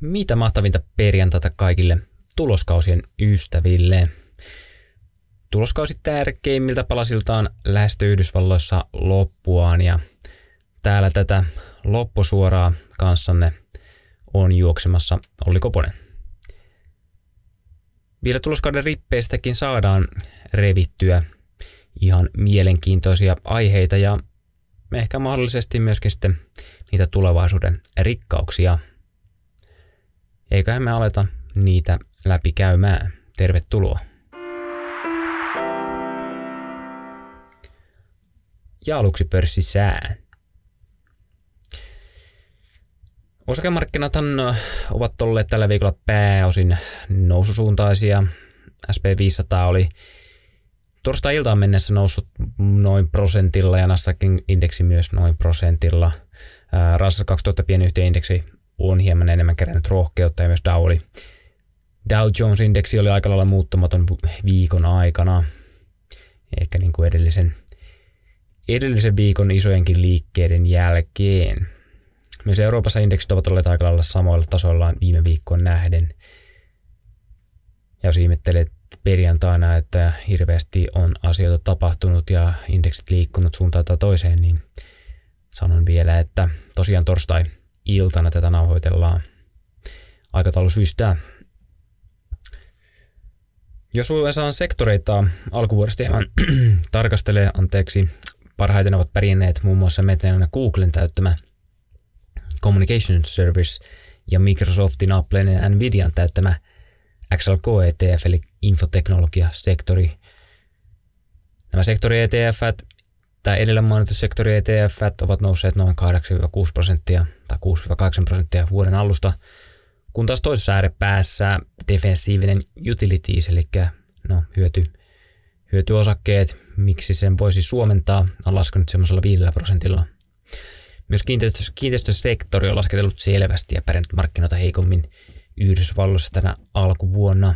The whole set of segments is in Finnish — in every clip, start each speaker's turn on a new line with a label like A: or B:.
A: Mitä mahtavinta perjantaita kaikille tuloskausien ystäville. Tuloskausi tärkeimmiltä palasiltaan lähestyy Yhdysvalloissa loppuaan ja täällä tätä loppusuoraa kanssanne on juoksemassa Olli Koponen. Vielä tuloskauden rippeistäkin saadaan revittyä ihan mielenkiintoisia aiheita ja ehkä mahdollisesti myöskin sitten niitä tulevaisuuden rikkauksia. Eiköhän me aleta niitä läpi käymään. Tervetuloa. Ja aluksi pörssisää. Osakemarkkinathan ovat olleet tällä viikolla pääosin noususuuntaisia. SP500 oli torstai-iltaan mennessä noussut noin prosentilla ja Nasdaqin-indeksi myös noin prosentilla. Russell 2000 pienyhtiöindeksi on hieman enemmän kerännyt rohkeutta ja myös Dow Jones-indeksi oli aika lailla muuttumaton viikon aikana. Ehkä niin kuin edellisen viikon isojenkin liikkeiden jälkeen. Myös Euroopassa indeksit ovat olleet aika lailla samoilla tasoillaan viime viikkoon nähden. Ja jos ihmettelet perjantaina, että hirveästi on asioita tapahtunut ja indeksit liikkunut suuntaan tai toiseen, niin sanon vielä, että tosiaan torstai-iltana tätä nauhoitellaan aikataulusyistä. Jos USA:n sektoreita alkuvuodesta ihan tarkastelee, parhaiten ovat pärjänneet muun muassa Metan ja Googlen täyttämä Communication Service ja Microsoftin, Applen ja Nvidian täyttämä XLK ETF eli infoteknologiasektori. Nämä sektori ETF:t tai edellä mainitut sektori ETF:t ovat nousseet noin 8-6% tai 6-8% vuoden alusta, kun taas toisessa ääripäässä defensiivinen utilities eli hyötyosakkeet, miksi sen voisi suomentaa, on laskenut semmoisella 5%. Myös kiinteistösektori on lasketellut selvästi ja pärjännyt markkinoita heikommin Yhdysvalloissa tänä alkuvuonna.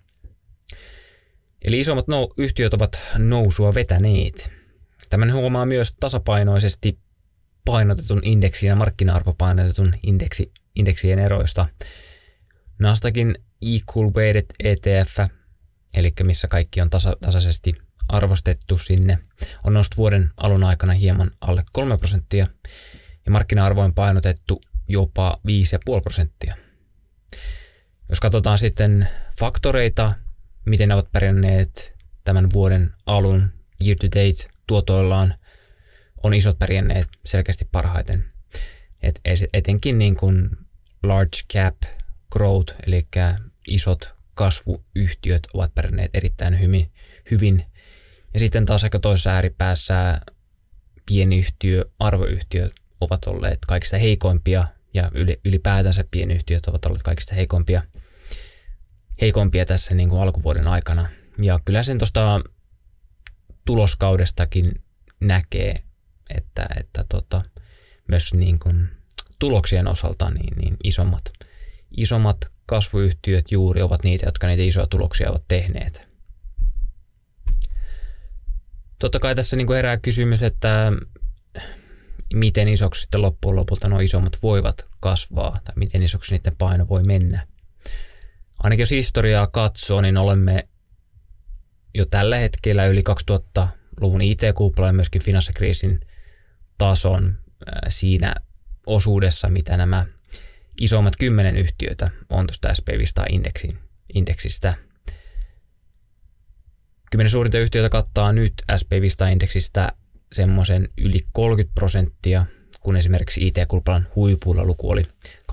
A: Eli isommat yhtiöt ovat nousua vetäneet. Tämän huomaa myös tasapainoisesti painotetun indeksin ja markkina-arvopainotetun indeksien eroista. Nasdaqin Equal Weighted ETF, eli missä kaikki on tasaisesti arvostettu sinne, on noussut vuoden alun aikana hieman alle 3% ja markkina-arvoin painotettu jopa 5,5%. Jos katsotaan sitten faktoreita, miten ne ovat pärjänneet tämän vuoden alun year to date tuotoillaan, on isot pärjänneet selkeästi parhaiten. Etenkin niin kuin large cap growth, eli isot kasvuyhtiöt ovat pärjänneet erittäin hyvin. Ja sitten taas ehkä toisessa ääripäässä arvoyhtiöt ovat olleet kaikista heikoimpia ja ylipäätänsä pienyhtiöt ovat olleet kaikista heikompia tässä niin kuin alkuvuoden aikana. Ja kyllä sen tuosta tuloskaudestakin näkee, että myös niin kuin tuloksien osalta niin isommat kasvuyhtiöt juuri ovat niitä, jotka niitä isoja tuloksia ovat tehneet. Totta kai tässä niin kuin herää kysymys, että miten isoksi sitten loppujen lopulta nuo isommat voivat kasvaa tai miten isoksi niiden paino voi mennä. Ainakin jos historiaa katsoo, niin olemme jo tällä hetkellä yli 2000-luvun IT-kupla ja myöskin finanssikriisin tason siinä osuudessa, mitä nämä isommat 10 yhtiötä on tuosta SP500-indeksistä. 10 suurinta yhtiötä kattaa nyt SP500-indeksistä semmoisen yli 30%, kun esimerkiksi IT-kulplan huipulla luku oli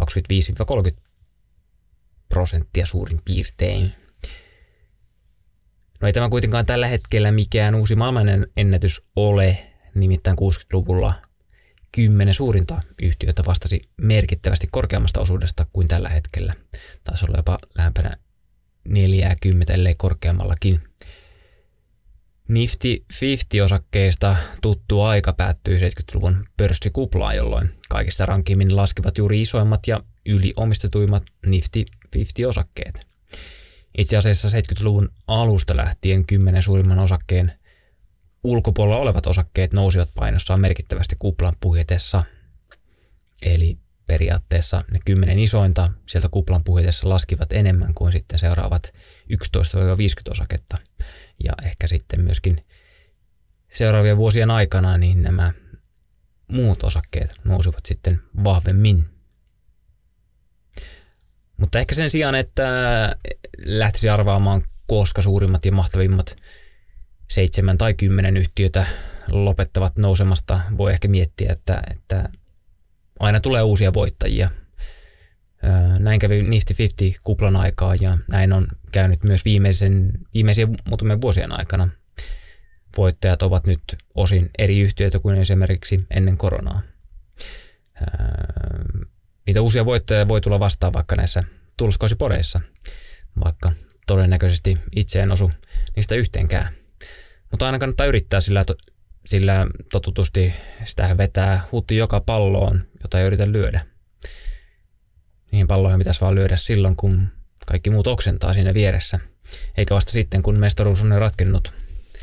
A: 25-30% suurin piirtein. No ei tämä kuitenkaan tällä hetkellä mikään uusi maailmanennätys ole, nimittäin 60-luvulla 10 suurinta yhtiötä vastasi merkittävästi korkeammasta osuudesta kuin tällä hetkellä. Taisi olla jopa lähempänä 40, ellei korkeammallakin. Nifty 50-osakkeista tuttu aika päättyi 70-luvun pörssikuplaan, jolloin kaikista rankimmin laskivat juuri isoimmat ja yliomistetuimmat Nifty 50-osakkeet. Itse asiassa 70-luvun alusta lähtien 10 suurimman osakkeen ulkopuolella olevat osakkeet nousivat painossaan merkittävästi kuplan puhjetessa. Eli periaatteessa ne 10 isointa sieltä kuplan puhjetessa laskivat enemmän kuin sitten seuraavat 11-50 osaketta. Ja ehkä sitten myöskin seuraavien vuosien aikana niin nämä muut osakkeet nousivat sitten vahvemmin. Mutta ehkä sen sijaan, että lähtisi arvaamaan, koska suurimmat ja mahtavimmat 7 tai 10 yhtiötä lopettavat nousemasta, voi ehkä miettiä, että aina tulee uusia voittajia. Näin kävi Nifty 50 kuplan aikaa ja näin on käynyt myös viimeisien muutamien vuosien aikana. Voittajat ovat nyt osin eri yhtiöitä kuin esimerkiksi ennen koronaa. Niitä uusia voittajia voi tulla vastaan vaikka näissä tuloskausiporeissa, vaikka todennäköisesti itse en osu niistä yhteenkään. Mutta aina kannattaa yrittää, sillä totutusti sitä vetää hutti joka palloon, jota ei yritä lyödä. Niihin palloihin pitäisi vaan lyödä silloin, kun kaikki muut oksentaa siinä vieressä, eikä vasta sitten, kun mestaruus on jo ratkennut.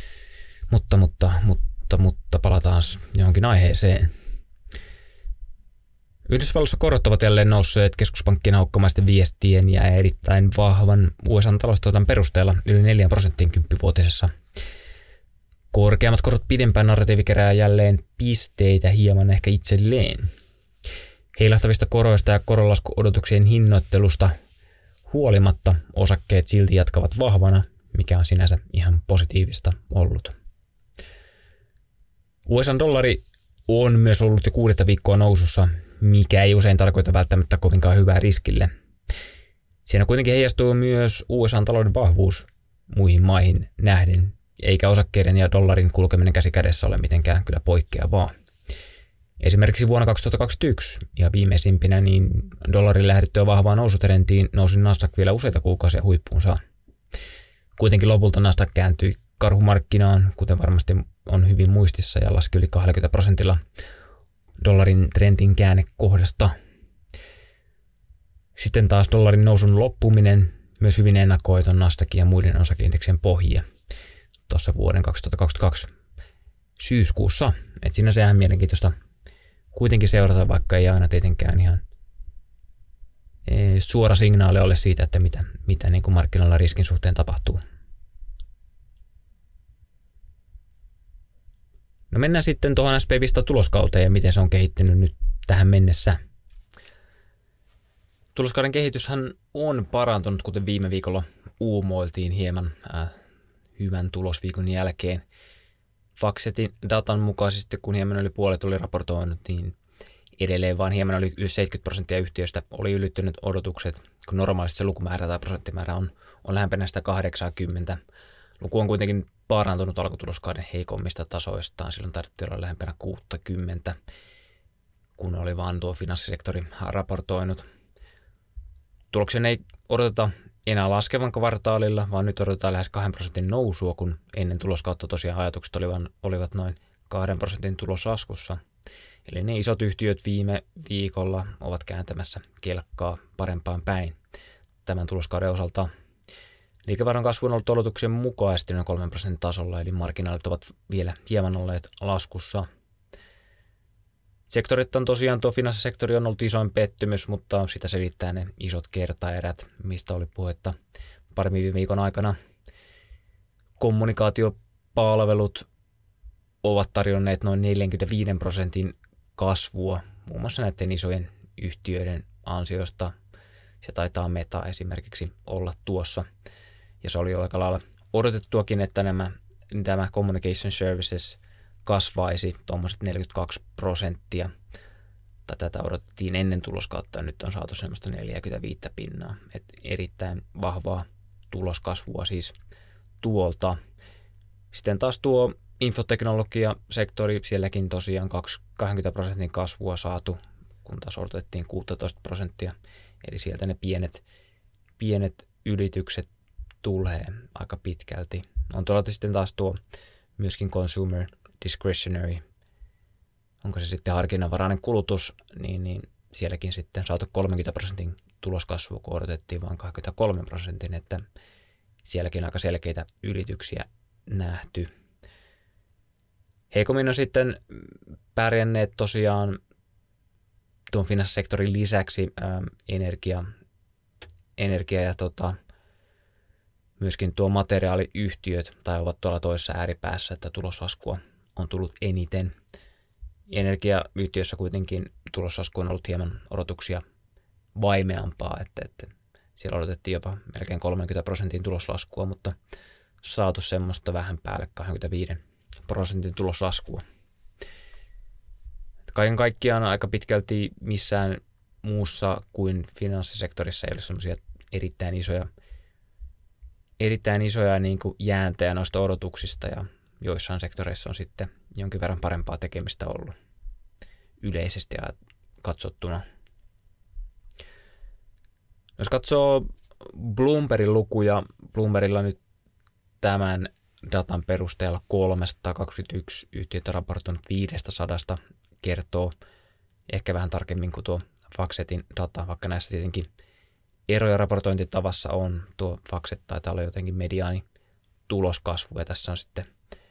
A: Mutta palataan johonkin aiheeseen. Yhdysvalloissa korot ovat jälleen nousseet keskuspankkien aukkomaisten viestien ja erittäin vahvan USA-taloustuotan perusteella yli 4% kymppivuotisessa. Korkeammat korot pidempään narratiivi kerää jälleen pisteitä hieman ehkä itselleen. Heilahtavista koroista ja koronlaskuodotuksien hinnoittelusta huolimatta osakkeet silti jatkavat vahvana, mikä on sinänsä ihan positiivista ollut. USA-dollari on myös ollut jo 6 viikkoa nousussa, mikä ei usein tarkoita välttämättä kovinkaan hyvää riskille. Siinä kuitenkin heijastuu myös USA-talouden vahvuus muihin maihin nähden, eikä osakkeiden ja dollarin kulkeminen käsi kädessä ole mitenkään kyllä poikkeavaa. Esimerkiksi vuonna 2021 ja viimeisimpinä niin dollarin lähdettyä vahvaan nousutrendiin nousi Nasdaq vielä useita kuukausia huippuunsa. Kuitenkin lopulta Nasdaq kääntyi karhumarkkinaan, kuten varmasti on hyvin muistissa, ja laski yli 20% dollarin trendin käännekohdasta. Sitten taas dollarin nousun loppuminen myös hyvin ennakoi ton Nasdaqin ja muiden osakeindeksien pohjia tuossa vuoden 2022 syyskuussa. Et siinä se ihan mielenkiintoista kuitenkin seurata, vaikka ei aina tietenkään ihan suora signaali ole siitä, että mitä niin kuin markkinoilla riskin suhteen tapahtuu. No mennään sitten tuohon SP 500 tuloskauteen ja miten se on kehittynyt nyt tähän mennessä. Tuloskauden kehityshän on parantunut, kuten viime viikolla uumoiltiin hieman hyvän tulosviikon jälkeen. Faxetin datan mukaisesti, kun hieman yli puolet oli raportoinut, niin edelleen vaan hieman yli 70% yhtiöistä oli ylittynyt odotukset, kun normaalisti se lukumäärä tai prosenttimäärä on lähempänä sitä 80. Luku on kuitenkin parantunut alkutuloskauden heikommista tasoistaan. Silloin tarvittiin olla lähempänä 60, kun oli vaan tuo finanssisektori raportoinut. Tuloksen ei odoteta enää laskevan kvartaalilla, vaan nyt odotetaan lähes 2% nousua, kun ennen tuloskautta tosiaan ajatukset olivat noin 2% tuloslaskussa. Eli ne isot yhtiöt viime viikolla ovat kääntämässä kelkkaa parempaan päin tämän tuloskauden osalta. Liikevaihdon kasvu on ollut odotuksen mukaisesti noin 3% tasolla, eli marginaalit ovat vielä hieman olleet laskussa. Sektorit on tosiaan, tuo finanssisektori on ollut isoin pettymys, mutta sitä selittää ne isot kertaerät, mistä oli puhetta parin viime viikon aikana. Kommunikaatiopalvelut ovat tarjonneet noin 45% kasvua, muun muassa näiden isojen yhtiöiden ansiosta. Se taitaa Meta esimerkiksi olla tuossa. Ja se oli jo aika lailla odotettuakin, että tämä Communication Services kasvaisi tuommoiset 42%. Tätä odotettiin ennen tuloskautta ja nyt on saatu semmoista 45%. Et erittäin vahvaa tuloskasvua siis tuolta. Sitten taas tuo infoteknologiasektori, sielläkin tosiaan 20% kasvua saatu, kun taas odotettiin 16%. Eli sieltä ne pienet ylitykset tulee aika pitkälti. On tuolla sitten taas tuo myöskin consumer discretionary, onko se sitten harkinnanvarainen kulutus, niin sielläkin sitten saatu 30% tuloskasvua, kun odotettiin vain 23%, että sielläkin aika selkeitä ylityksiä nähty. Heikommin on sitten pärjänneet tosiaan tuon finanssisektorin lisäksi energia ja myöskin tuo materiaaliyhtiöt tai ovat tuolla toisessa ääripäässä, että tuloslaskua on tullut eniten. Energiayhtiössä kuitenkin tuloslasku on ollut hieman odotuksia vaimeampaa, että siellä odotettiin jopa melkein 30% tuloslaskua, mutta saatu semmoista vähän päälle 25% tuloslaskua. Kaiken kaikkiaan aika pitkälti missään muussa kuin finanssisektorissa ei ole semmoisia erittäin isoja niin kuin jääntejä noista odotuksista, ja joissain sektoreissa on sitten jonkin verran parempaa tekemistä ollut yleisesti ja katsottuna. Jos katsoo Bloombergin lukuja, Bloombergilla nyt tämän datan perusteella 321 yhtiötä raportoinut 500 kertoo ehkä vähän tarkemmin kuin tuo Factsetin data, vaikka näissä tietenkin eroja raportointitavassa on. Tuo Factset taitaa olla jotenkin mediaani tuloskasvu, ja tässä on sitten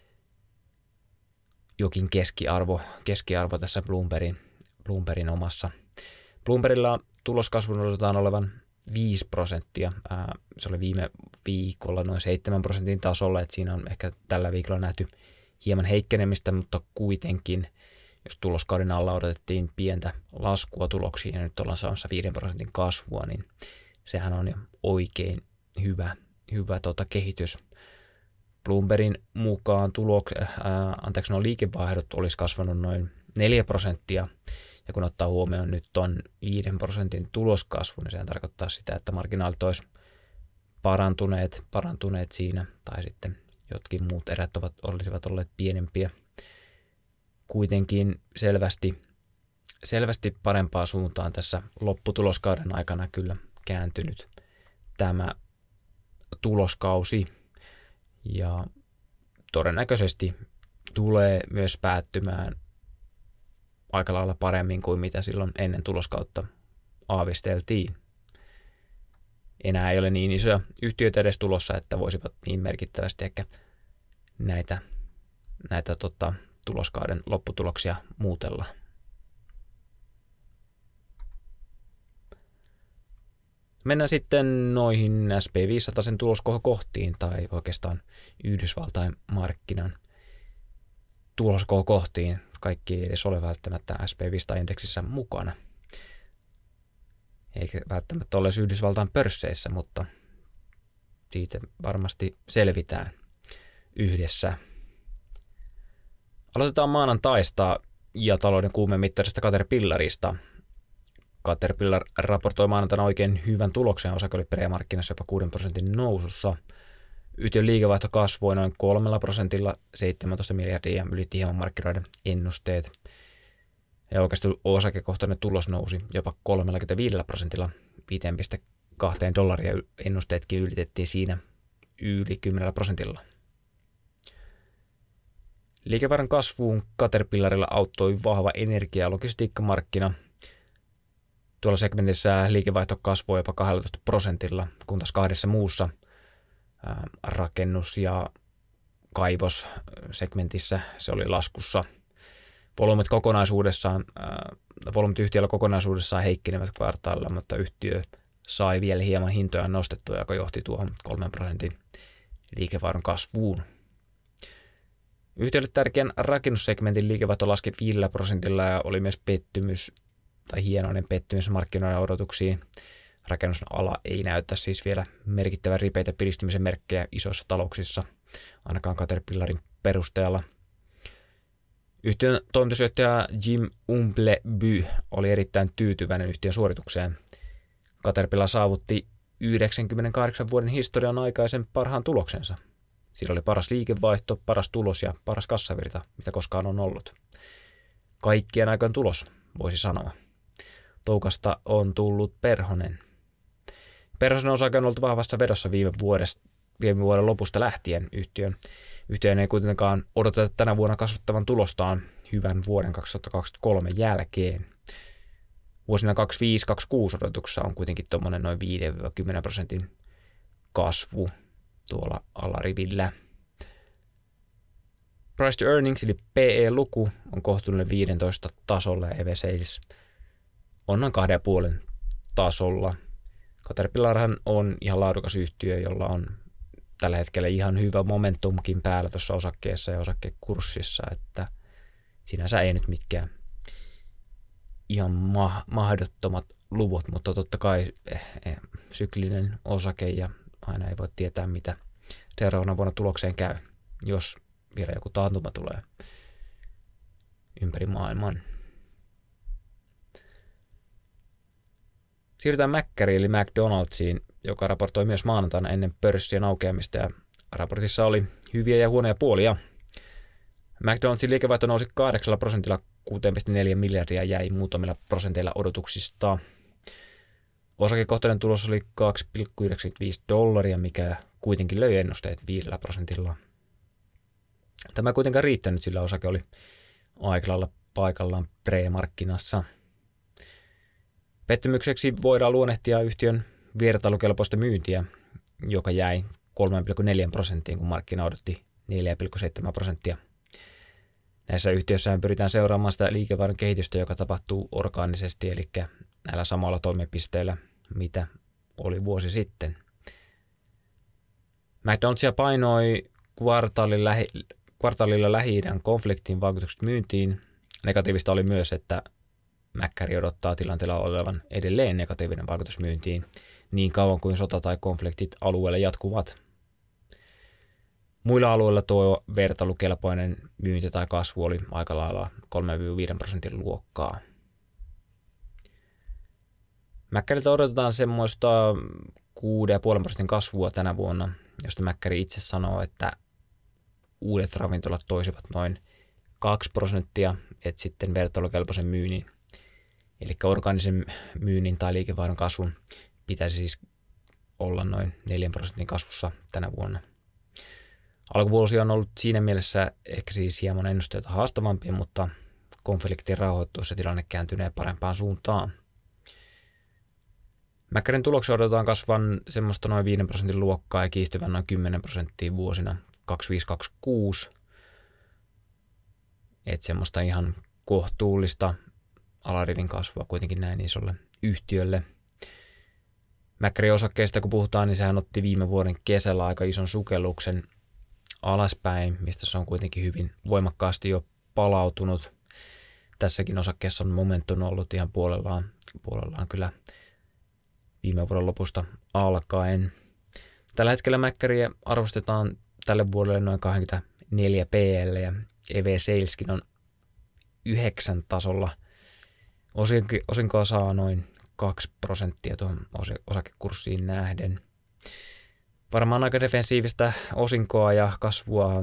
A: jokin keskiarvo tässä Bloombergin omassa. Bloombergilla tuloskasvun odotetaan olevan 5%. Se oli viime viikolla noin 7% tasolla, että siinä on ehkä tällä viikolla nähty hieman heikkenemistä, mutta kuitenkin, jos tuloskauden alla odotettiin pientä laskua tuloksiin ja nyt ollaan saamassa 5% kasvua, niin sehän on jo oikein hyvä kehitys. Bloombergin mukaan nuo liikevaihdot olisi kasvanut noin 4%, ja kun ottaa huomioon nyt ton 5% tuloskasvu, niin sehän tarkoittaa sitä, että marginaalit olisi parantuneet siinä, tai sitten jotkin muut erät olisivat olleet pienempiä. Kuitenkin selvästi parempaa suuntaan tässä lopputuloskauden aikana kyllä kääntynyt tämä tuloskausi, ja todennäköisesti tulee myös päättymään aika lailla paremmin kuin mitä silloin ennen tuloskautta aavisteltiin. Enää ei ole niin isoja yhtiöitä edes tulossa, että voisivat niin merkittävästi ehkä näitä tuloskauden lopputuloksia muutella. Mennään sitten noihin SP500 tuloskohokohtiin, tai oikeastaan Yhdysvaltain markkinan tuloskohokohtiin. Kaikki ei edes ole välttämättä SP500-indeksissä mukana, eikä välttämättä ole Yhdysvaltain pörsseissä, mutta siitä varmasti selvitään yhdessä. Aloitetaan maanantaista ja talouden kuumemittarista Caterpillarista. Caterpillar raportoi maanantaina oikein hyvän tuloksen, osake oli premarkkinassa jopa 6% nousussa. Yhtiön liikevaihto kasvoi noin 3%, 17 miljardia, ja ylitti hieman markkinoiden ennusteet. Ja oikeasti osakekohtainen tulos nousi jopa 35%, 5,2 dollaria, ennusteetkin ylitettiin siinä yli 10%. Liikevaihdon kasvuun Caterpillarilla auttoi vahva energia- ja logistiikkamarkkina. Tuolla segmentissä liikevaihto kasvoi jopa 12%, kun taas kahdessa muussa rakennus- ja kaivossegmentissä se oli laskussa. Volyymit yhtiöllä kokonaisuudessaan heikkenevät kvartaalilla, mutta yhtiö sai vielä hieman hintoja nostettua, joka johti tuohon 3% liikevaihdon kasvuun. Yhtiölle tärkeän rakennussegmentin liikevaihto laski 5% ja oli myös hienoinen pettymys markkinoiden odotuksiin. Rakennusala ei näytä siis vielä merkittävän ripeitä piristymisen merkkejä isoissa talouksissa, ainakaan Caterpillarin perusteella. Yhtiön toimitusjohtaja Jim Umpleby oli erittäin tyytyväinen yhtiön suoritukseen. Caterpillar saavutti 98 vuoden historian aikaisen parhaan tuloksensa. Sillä oli paras liikevaihto, paras tulos ja paras kassavirta, mitä koskaan on ollut. Kaikkien aikojen tulos, voisi sanoa. Toukasta on tullut perhonen. Perhosen osake on ollut vahvassa vedossa viime vuoden lopusta lähtien. Yhtiön ei kuitenkaan odoteta tänä vuonna kasvattavan tulostaan hyvän vuoden 2023 jälkeen. Vuosina 2025-2026 odotuksessa on kuitenkin tuommoinen noin 5-10% kasvu tuolla alarivillä. Price to earnings eli PE-luku on kohtuullinen 15 tasolla ja EV Sales on noin 2,5 tasolla. Caterpillarhan on ihan laadukas yhtiö, jolla on tällä hetkellä ihan hyvä momentumkin päällä tuossa osakkeessa ja osakekurssissa, että sinänsä ei nyt mitkään ihan mahdottomat luvut, mutta totta kai syklinen osake ja aina ei voi tietää, mitä seuraavana vuonna tulokseen käy, jos vielä joku taantuma tulee ympäri maailman. Siirrytään Mäkkäriin eli McDonald'siin, joka raportoi myös maanantaina ennen pörssien aukeamista ja raportissa oli hyviä ja huonoja puolia. McDonald'sin liikevaihto nousi 8%, 6,4 miljardia jäi muutamilla prosenteilla odotuksista. Osakekohtainen tulos oli $2,95, mikä kuitenkin löi ennusteet 5%. Tämä ei kuitenkaan riittänyt, sillä osake oli aika lailla paikallaan pre-markkinassa. Pettymykseksi voidaan luonnehtia yhtiön vertailukelpoista myyntiä, joka jäi 3,4%, kun markkina odotti 4,7%. Näissä yhtiöissähän pyritään seuraamaan sitä liikevaihdon kehitystä, joka tapahtuu orgaanisesti, eli näillä samalla toimipisteillä, mitä oli vuosi sitten. McDonald'sia painoi kvartaalilla Lähi-idän konfliktin vaikutukset myyntiin. Negatiivista oli myös, että Mäkkäri odottaa tilanteella olevan edelleen negatiivinen vaikutus myyntiin niin kauan kuin sota tai konfliktit alueella jatkuvat. Muilla alueilla tuo vertailukelpoinen myynti tai kasvu oli aika lailla 3-5% luokkaa. Mäkkäriltä odotetaan semmoista 6,5% kasvua tänä vuonna, josta Mäkkäri itse sanoo, että uudet ravintolat toisivat noin 2%, että sitten vertailukelpoisen myynnin, eli orgaanisen myynnin tai liikevaihdon kasvun pitäisi siis olla noin 4% kasvussa tänä vuonna. Alkuvuosi on ollut siinä mielessä ehkä siis hieman ennusteita haastavampi, mutta konfliktin rauhoittuessa tilanne kääntynee parempaan suuntaan. Mäkkärin tuloksia odotetaan kasvan semmoista noin 5% luokkaa ja kiihtyvän noin 10% vuosina 25-26. Että semmoista ihan kohtuullista alarivin kasvua kuitenkin näin isolle yhtiölle. Mäkkärin osakkeista kun puhutaan, niin sehän otti viime vuoden kesällä aika ison sukelluksen alaspäin, mistä se on kuitenkin hyvin voimakkaasti jo palautunut. Tässäkin osakkeessa on momentum ollut ihan puolellaan kyllä viime vuoden lopusta alkaen. Tällä hetkellä Mäkkäriä arvostetaan tälle vuodelle noin 24 PL ja EV-saleskin on 9 tasolla. Osinkoa saa noin 2% tuohon osakekurssiin nähden. Varmaan aika defensiivistä osinkoa ja kasvua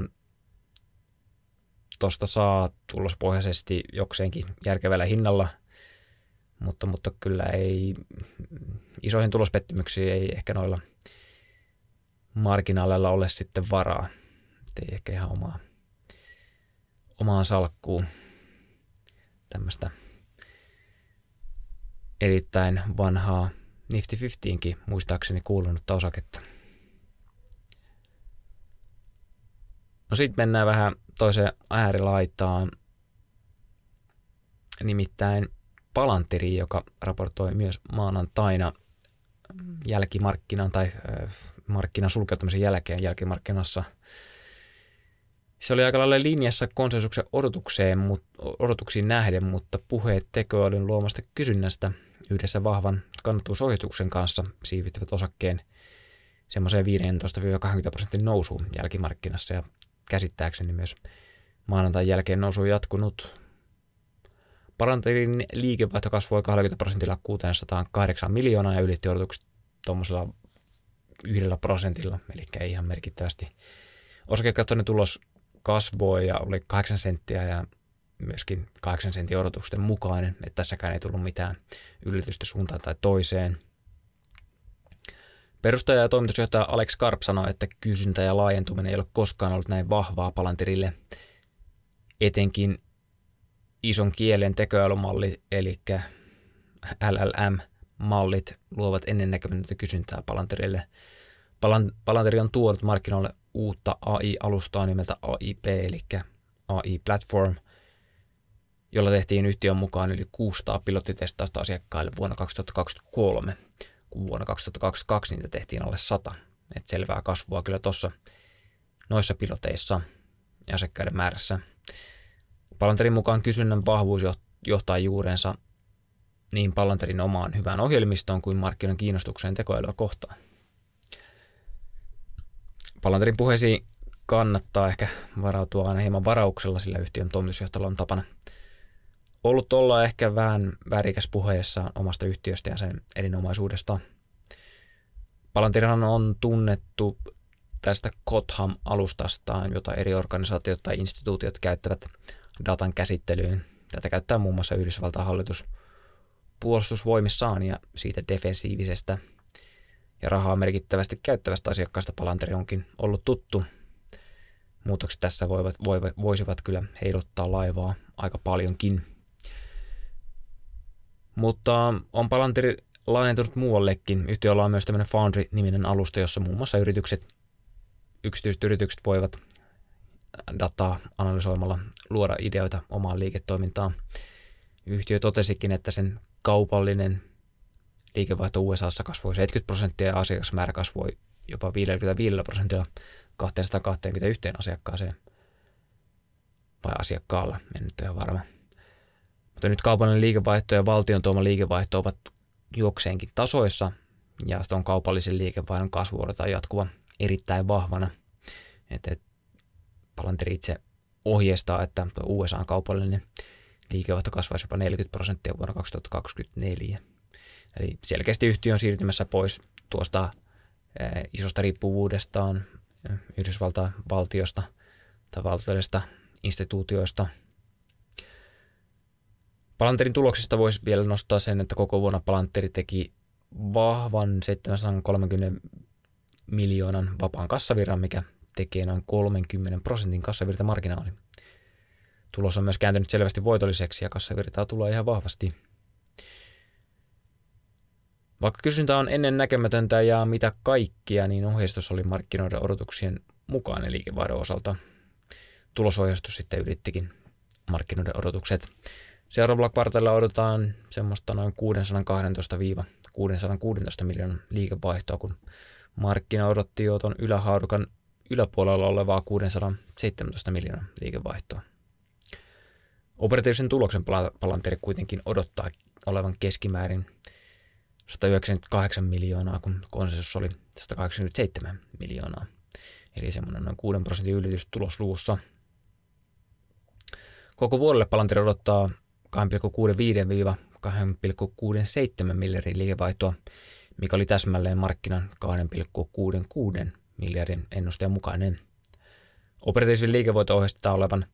A: tuosta saa tulospohjaisesti jokseenkin järkevällä hinnalla, mutta kyllä ei isoihin tulospettymyksiin ei ehkä noilla marginaaleilla ole sitten varaa. Ei ehkä ihan omaan salkkuun tämmöistä erittäin vanhaa Nifty 50kin muistaakseni kuulunutta osaketta. No sitten mennään vähän toiseen äärilaitaan, nimittäin Palantiriin, joka raportoi myös maanantaina jälkimarkkinan tai markkinan sulkeutumisen jälkeen jälkimarkkinassa. Se oli aika lailla linjassa konsensuksen odotuksiin nähden, mutta puheet tekoälyn luomasta kysynnästä yhdessä vahvan kannattavuusohjeistuksen kanssa siivittävät osakkeen semmoiseen 15-20% nousuun jälkimarkkinassa ja käsittääkseni myös maanantain jälkeen nousu on jatkunut. Palantirin liikevaihto kasvoi 20% 608 miljoonaa ja ylitti odotukset tuommoisella 1%, eli ei ihan merkittävästi. Osakekattoinen tulos kasvoi ja oli 8 senttiä ja myöskin 8 sentin odotusten mukainen, että tässäkään ei tullut mitään yllätystä suuntaan tai toiseen. Perustaja ja toimitusjohtaja Alex Karp sanoi, että kysyntä ja laajentuminen ei ole koskaan ollut näin vahvaa Palantirille. Etenkin ison kielen tekoälymalli, eli LLM-mallit luovat ennennäkemätöntä kysyntää Palantirille. Palantiri on tuonut markkinoille uutta AI-alustaa nimeltä AIP, eli AI Platform, jolla tehtiin yhtiön mukaan yli 600 pilottitestausta asiakkaille vuonna 2023, kun vuonna 2022 niitä tehtiin alle 100. Et selvää kasvua kyllä tuossa noissa piloteissa ja asiakkaiden määrässä. Palantirin mukaan kysynnän vahvuus johtaa juurensa niin Palantirin omaan hyvään ohjelmistoon kuin markkinan kiinnostukseen tekoälyä kohtaan. Palantirin puheisiin kannattaa ehkä varautua aina hieman varauksella, sillä yhtiön toimitusjohtajalla on tapana ollut olla ehkä vähän värikäs puheessaan omasta yhtiöstä ja sen erinomaisuudesta. Palantirhan on tunnettu tästä Kotham-alustastaan, jota eri organisaatiot tai instituutiot käyttävät datan käsittelyyn. Tätä käyttää muun muassa Yhdysvaltain hallitus puolustusvoimissaan ja siitä defensiivisestä ja rahaa merkittävästi käyttävästä asiakkaasta Palantiri onkin ollut tuttu. Muutokset tässä voisivat kyllä heiluttaa laivaa aika paljonkin. Mutta on Palantiri laajentunut muuallekin. Yhtiöllä on myös tämmöinen Foundry-niminen alusta, jossa muun muassa yksityiset yritykset voivat dataa analysoimalla luoda ideoita omaan liiketoimintaan. Yhtiö totesikin, että sen kaupallinen liikevaihto USAssa kasvoi 70% ja asiakasmäärä kasvoi jopa 55% 221 asiakkaaseen. Vai asiakkaalla, en nyt ole ihan varma. Mutta nyt kaupallinen liikevaihto ja valtion tuoma liikevaihto ovat juokseenkin tasoissa ja tuon kaupallisen liikevaihdon kasvu odotetaan jatkuva erittäin vahvana. Että Palantiri itse ohjeistaa, että USA:n kaupallinen liikevaihto kasvaisi jopa 40% vuonna 2024. Eli selkeästi yhtiö on siirtymässä pois tuosta isosta riippuvuudestaan Yhdysvaltain valtiosta tai valtiollisista instituutioista. Palantirin tuloksista voisi vielä nostaa sen, että koko vuonna Palantiri teki vahvan 730 miljoonan vapaan kassavirran, mikä tekee noin 30% kassavirtamarginaali. Tulos on myös kääntynyt selvästi voitolliseksi ja kassavirtaa tulee ihan vahvasti. Vaikka kysyntä on ennen näkemätöntä ja mitä kaikkia, niin ohjeistus oli markkinoiden odotuksien mukainen liikevaihdon osalta. Tulosohjeistus sitten ylittikin markkinoiden odotukset. Seuraavalla kvartaalilla odotetaan semmoista noin 612–616 miljoonan liikevaihtoa, kun markkina odotti jo tuon ylähaarukan yläpuolella olevaa 617 miljoonan liikevaihtoa. Operatiivisen tuloksen Palantiri kuitenkin odottaa olevan keskimäärin 198 miljoonaa, kun konsensus oli 187 miljoonaa. Eli semmoinen noin 6% ylitys tulosluvussa. Koko vuodelle Palantiri odottaa 2,65–2,67 miljardin liikevaihtoa, mikä oli täsmälleen markkinan 2,66 miljardin ennusteen mukainen. Operatiivisen liikevoiton ohjeistetaan olevan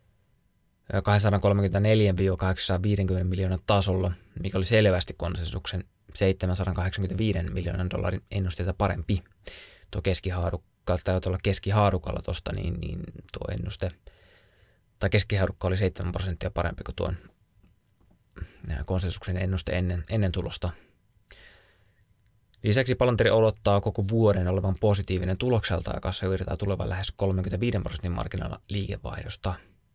A: 234–850 miljoonan tasolla, mikä oli selvästi konsensuksen 785 miljoonan dollarin ennusteita parempi. Tuo keskihaarukalla tuosta, niin tuo ennuste, tai keskihaarukka oli 7% parempi kuin tuon konsensuksen ennuste ennen tulosta. Lisäksi Palantiri odottaa koko vuoden olevan positiivinen tulokselta ja kassavirtaa tulevan lähes 35% markkinoilla liikevaihdosta.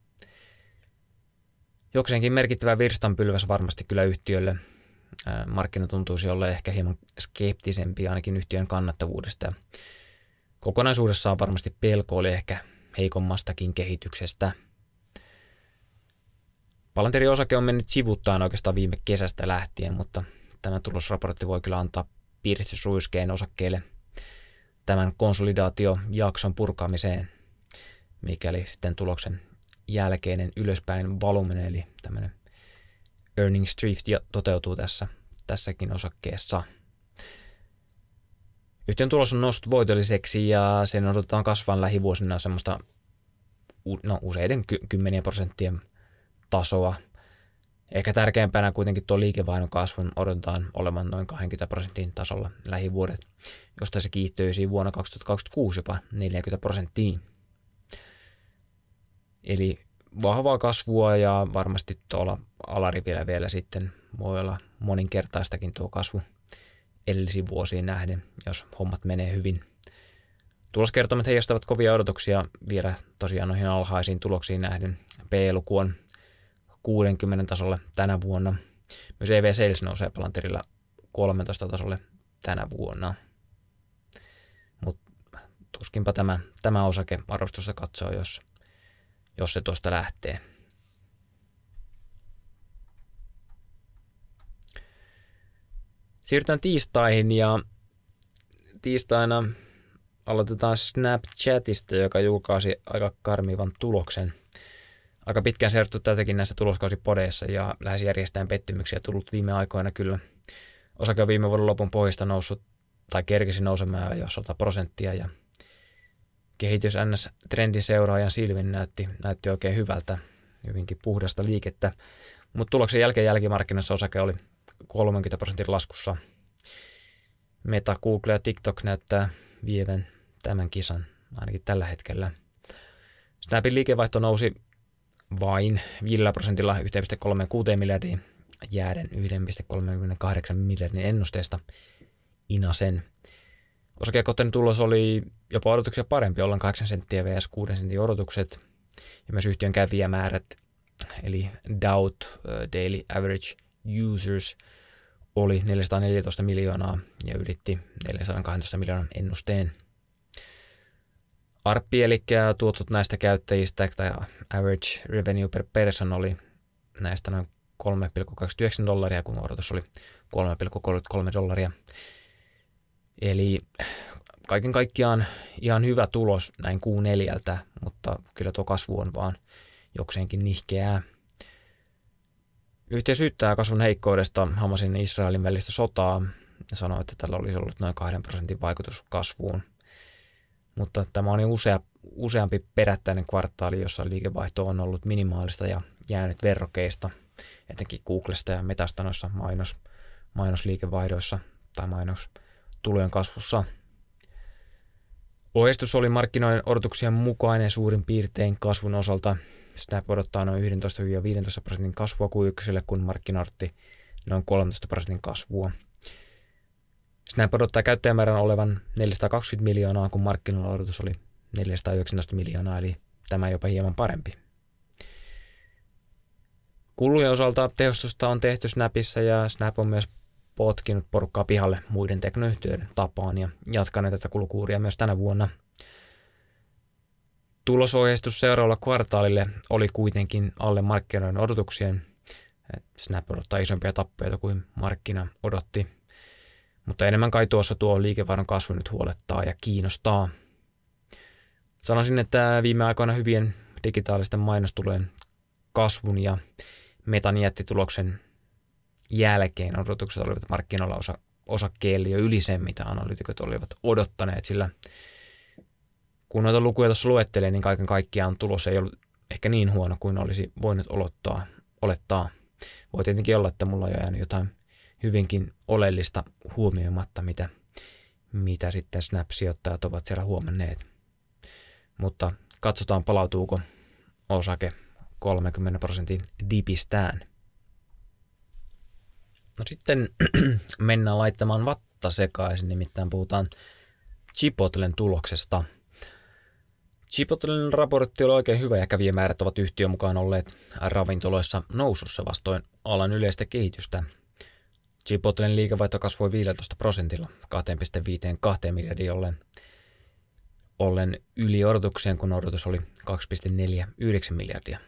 A: Jokseenkin merkittävä virstanpylväs varmasti kyllä yhtiölle. Markkina tuntuisi olla ehkä hieman skeptisempi ainakin yhtiön kannattavuudesta. Kokonaisuudessaan varmasti pelko oli ehkä heikommastakin kehityksestä. Palantirin osake on mennyt sivuttaan oikeastaan viime kesästä lähtien, mutta tämä tulosraportti voi kyllä antaa piristysruiskeen osakkeelle tämän konsolidaatiojakson purkamiseen, mikäli sitten tuloksen jälkeinen ylöspäin valuminen, eli tämmöinen earnings drift toteutuu tässäkin osakkeessa. Yhtiön tulos on noussut voitolliseksi ja sen odotetaan kasvavan lähivuosina semmoista useiden 10% tasoa. Ehkä tärkeämpänä kuitenkin tuo liikevaihdon kasvun odotetaan olevan noin 20% tasolla lähivuodet, josta se kiihtyisi vuonna 2026 jopa 40%. Eli vahvaa kasvua ja varmasti tuolla alarivillä vielä sitten voi olla moninkertaistakin tuo kasvu edellisiin vuosiin nähden, jos hommat menee hyvin. Tuloskertomat heijastavat kovia odotuksia vielä tosiaan noihin alhaisiin tuloksiin nähden. PE-luku on 60 tasolle tänä vuonna. Myös EV Sales nousee Palantirilla 13 tasolle tänä vuonna. Mutta tuskinpa tämä osake arvostusta katsoo, jos se tuosta lähtee. Siirrytään tiistaihin ja tiistaina aloitetaan Snapchatista, joka julkaisi aika karmivan tuloksen. Aika pitkään seurattu tätäkin näissä tuloskausipodeissa ja lähes järjestään pettymyksiä tullut viime aikoina kyllä. Osake on viime vuoden lopun pohjista noussut tai kerkisi nousemaan jo 100% ja kehitys NS-trendin seuraajan silmin näytti oikein hyvältä, hyvinkin puhdasta liikettä, mutta tuloksen jälkeen jälkimarkkinassa osake oli 30% laskussa. Meta, Google ja TikTok näyttää vievän tämän kisan ainakin tällä hetkellä. Snapin liikevaihto nousi vain 5% 1,36 miljardiin jääden 1,38 miljardin ennusteesta Inasen. Osakekohtainen tulos oli jopa odotuksia parempi, ollaan 8 senttiä vs 6 sentin odotukset ja myös yhtiön kävijämäärät eli DAUT, Daily Average Users, oli 414 miljoonaa ja ylitti 412 miljoonan ennusteen. ARPI eli tuotot näistä käyttäjistä tai Average Revenue per Person oli näistä noin $3.29, kun odotus oli $3.33. Eli kaiken kaikkiaan ihan hyvä tulos näin Q4, mutta kyllä tuo kasvu on vaan jokseenkin nihkeää. Yhtiö syyttää kasvun heikkoudesta Hamasin ja Israelin välistä sotaa ja sanoo, että tällä olisi ollut noin 2% vaikutus kasvuun. Mutta tämä on jo useampi perättäinen kvartaali, jossa liikevaihto on ollut minimaalista ja jäänyt verrokeista, etenkin Googlesta ja Metasta noissa mainosliikevaihdoissa tai mainostulojen kasvussa. Ohjeistus oli markkinoiden odotuksien mukainen suurin piirtein kasvun osalta. Snap odottaa noin 11-15% kasvua Q1, kun markkina odotti noin 13% kasvua. Snap odottaa käyttäjämäärän olevan 420 miljoonaa, kun markkinoilla odotus oli 419 miljoonaa, eli tämä jopa hieman parempi. Kulujen osalta tehostusta on tehty Snapissa ja Snap on myös potkinut porukkaa pihalle muiden teknoyhtiöiden tapaan ja jatkaneet tätä kulukuuria myös tänä vuonna. Tulosohjeistus seuraavalla kvartaalille oli kuitenkin alle markkinoiden odotuksien. Snap odottaa isompia tappioita kuin markkina odotti, mutta enemmän kai tuossa tuo liikevaihdon kasvu nyt huolettaa ja kiinnostaa. Sanoisin, että viime aikoina hyvien digitaalisten mainostulojen kasvun ja Metan jättituloksen jälkeen odotukset olivat markkinoilla osakkeelle jo yli sen, mitä analyytikot olivat odottaneet, sillä kun noita lukuja tuossa luettelee, niin kaiken kaikkiaan tulos ei ollut ehkä niin huono kuin olisi voinut olettaa. Voi tietenkin olla, että mulla on jäänyt jotain hyvinkin oleellista huomioimatta, mitä sitten Snap-sijoittajat ovat siellä huomanneet. Mutta katsotaan, palautuuko osake 30% dipistään. No sitten mennään laittamaan vatta sekaisin, nimittäin puhutaan Chipotlen tuloksesta. Chipotlen raportti oli oikein hyvä ja kävijämäärät ovat yhtiön mukaan olleet ravintoloissa nousussa vastoin alan yleistä kehitystä. Chipotlen liikevaihto kasvoi 15%, 2,52 miljardia ollen yli odotukseen, kun odotus oli 2,49 miljardia.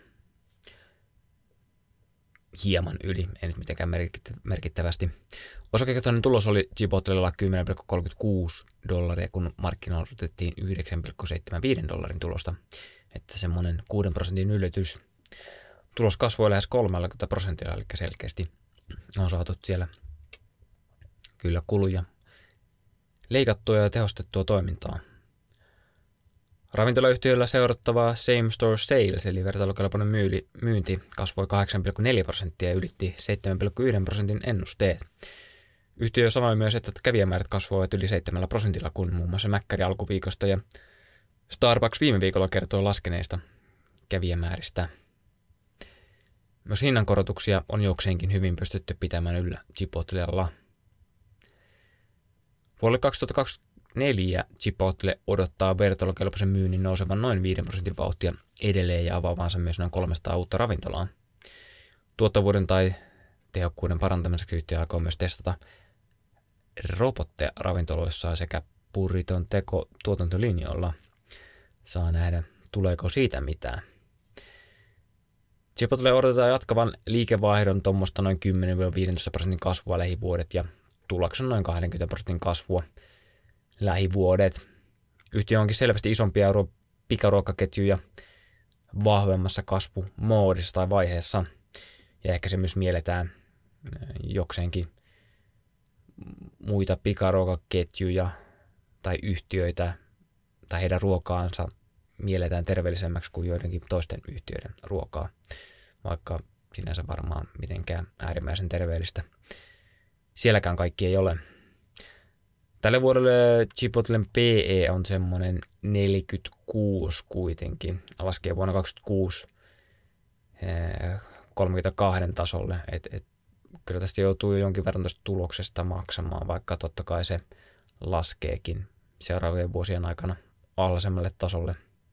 A: Hieman yli, ei nyt mitenkään merkittävästi. Osakekohtainen tulos oli Chipotlella $10,36, kun markkinoilla odotettiin $9,75 tulosta, että semmoinen 6% yllätys. Tulos kasvoi lähes 30%, eli selkeästi on saatu siellä kyllä kuluja leikattua ja tehostettua toimintaa. Ravintolayhtiöillä seurattava same store sales eli vertailukelpoinen myynti kasvoi 8,4% ja ylitti 7,1% ennusteet. Yhtiö sanoi myös, että kävijämäärät kasvoivat yli 7%, kun muun muassa Mäkkäri alkuviikosta ja Starbucks viime viikolla kertoi laskeneista kävijämääristä. Myös hinnankorotuksia on jokseenkin hyvin pystytty pitämään yllä Chipotlella. Vuodelle 2024 Chipotle odottaa vertailukelpoisen myynnin nousevan noin 5% vauhtia edelleen ja avaavansa myös noin 300 uutta ravintolaa. Tuottavuuden tai tehokkuuden parantamiseksi yhtiö aikoo myös testata robotteja ravintoloissaan sekä burriton teko tuotantolinjoilla. Saa nähdä, tuleeko siitä mitään. Chipotle odotetaan jatkavan liikevaihdon tuommoista noin 10-15% kasvua lähivuodet ja tuloksen noin 20% kasvua lähivuodet. Yhtiö onkin selvästi isompia pikaruokaketjuja vahvemmassa kasvumoodissa tai vaiheessa. Ja ehkä se myös mielletään jokseenkin muita pikaruokaketjuja tai yhtiöitä tai heidän ruokaansa mielletään terveellisemmäksi kuin joidenkin toisten yhtiöiden ruokaa, vaikka sinänsä varmaan mitenkään äärimmäisen terveellistä. Sielläkään kaikki ei ole. Tälle vuodelle Chipotlen PE on semmoinen 46 kuitenkin. Laskee vuonna 2026 32 tasolle. Kyllä tästä joutuu jo jonkin verran tuosta tuloksesta maksamaan, vaikka totta kai se laskeekin seuraavien vuosien aikana alhaisemmalle tasolle.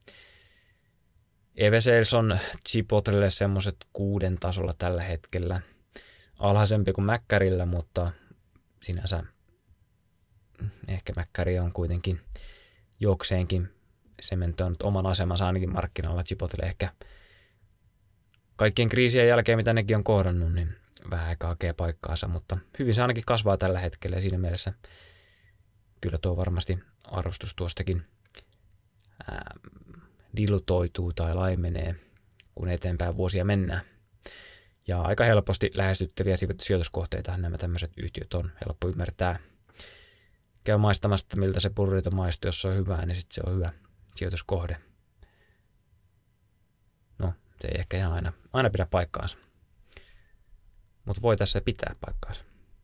A: EV-sales on Chipotlelle semmoiset 6 tasolla tällä hetkellä. Alhaisempi kuin Mäkkärillä, mutta sinänsä ehkä Mäkkäri on kuitenkin jokseenkin sementoinut oman asemansa ainakin markkinoilla. Chipotle ehkä kaikkien kriisien jälkeen, mitä nekin on kohdannut, niin vähän aikaa hakee paikkaansa, mutta hyvin se ainakin kasvaa tällä hetkellä ja siinä mielessä kyllä tuo varmasti arvostus tuostakin dilutoituu tai laimenee, kun eteenpäin vuosia mennään. Ja aika helposti lähestyttäviä sijoituskohteita nämä tämmöiset yhtiöt on helppo ymmärtää. Käy maistamasta, miltä se burrito maistuu, jos se on hyvää, niin sitten se on hyvä sijoituskohde. No, se ei ehkä ihan aina pidä paikkaansa. Mutta voi tässä pitää paikkaansa.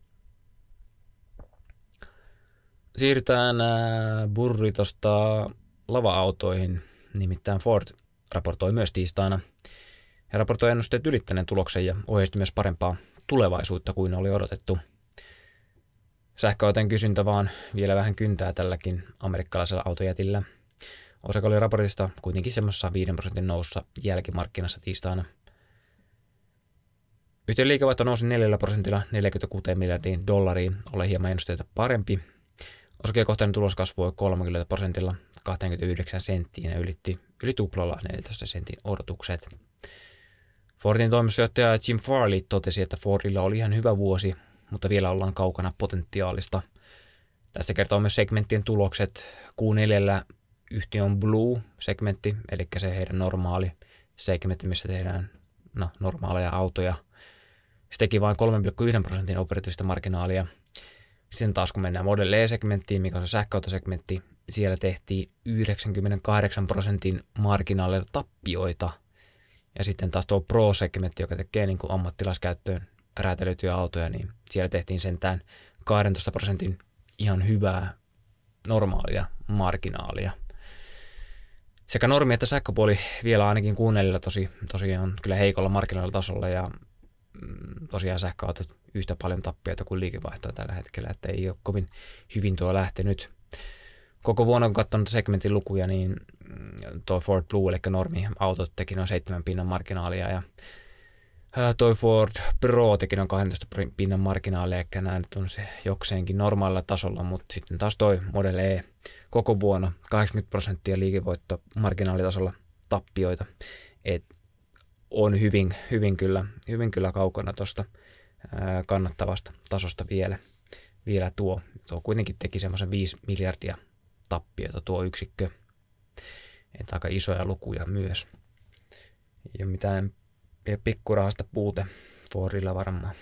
A: Siirrytään burritosta lava-autoihin. Nimittäin Ford raportoi myös tiistaina. He raportoi ennusteet ylittäneen tuloksen ja ohjeisti myös parempaa tulevaisuutta kuin oli odotettu. Sähköautojen kysyntä vaan vielä vähän kyntää tälläkin amerikkalaisella autojätillä. Osake oli raportista kuitenkin semmoisessa 5% nousussa jälkimarkkinassa tiistaina. Yhtiön liikevaihto nousi 4% 46 miljardiin dollariin, ole hieman ennusteita parempi. Osakekohtainen tulos kasvoi 30% 29 senttiin ja yli tuplalla 14 sentin odotukset. Fordin toimitusjohtaja Jim Farley totesi, että Fordilla oli ihan hyvä vuosi, mutta vielä ollaan kaukana potentiaalista. Tästä kertoo myös segmenttien tulokset. Q4 yhtiö on Blue-segmentti, eli se heidän normaali segmentti, missä tehdään normaaleja autoja. Se teki vain 3,1% operatiivista marginaalia. Sitten taas kun mennään Model E-segmenttiin, mikä on se sähköautosegmentti, siellä tehtiin 98% marginaalilla tappioita. Ja sitten taas tuo Pro-segmentti, joka tekee niin kuin ammattilaiskäyttöön räätälöityjä autoja, niin siellä tehtiin sentään 12% ihan hyvää normaalia marginaalia. Sekä normi- että sähköpuoli vielä ainakin kuunnelilla tosiaan kyllä heikolla marginaalilla tasolla ja tosiaan sähköautot yhtä paljon tappioita kuin liikevaihtoa tällä hetkellä, että ei ole kovin hyvin tuo lähtenyt. Koko vuonna kun katsonut segmentin lukuja, niin tuo Ford Blue, eli normi-autot teki noin 7% marginaalia ja toi Ford Pro teki noin 12% marginaalia, eli nämä nyt on se jokseenkin normaalilla tasolla, mutta sitten taas toi Model E koko vuonna 80% liikevoitto marginaalitasolla tappioita, et on hyvin kyllä kaukana tuosta kannattavasta tasosta vielä tuo kuitenkin teki semmoisen 5 miljardia tappioita tuo yksikkö, että aika isoja lukuja myös. Ei ole mitään pikkurahasta puute Fordilla varmaan.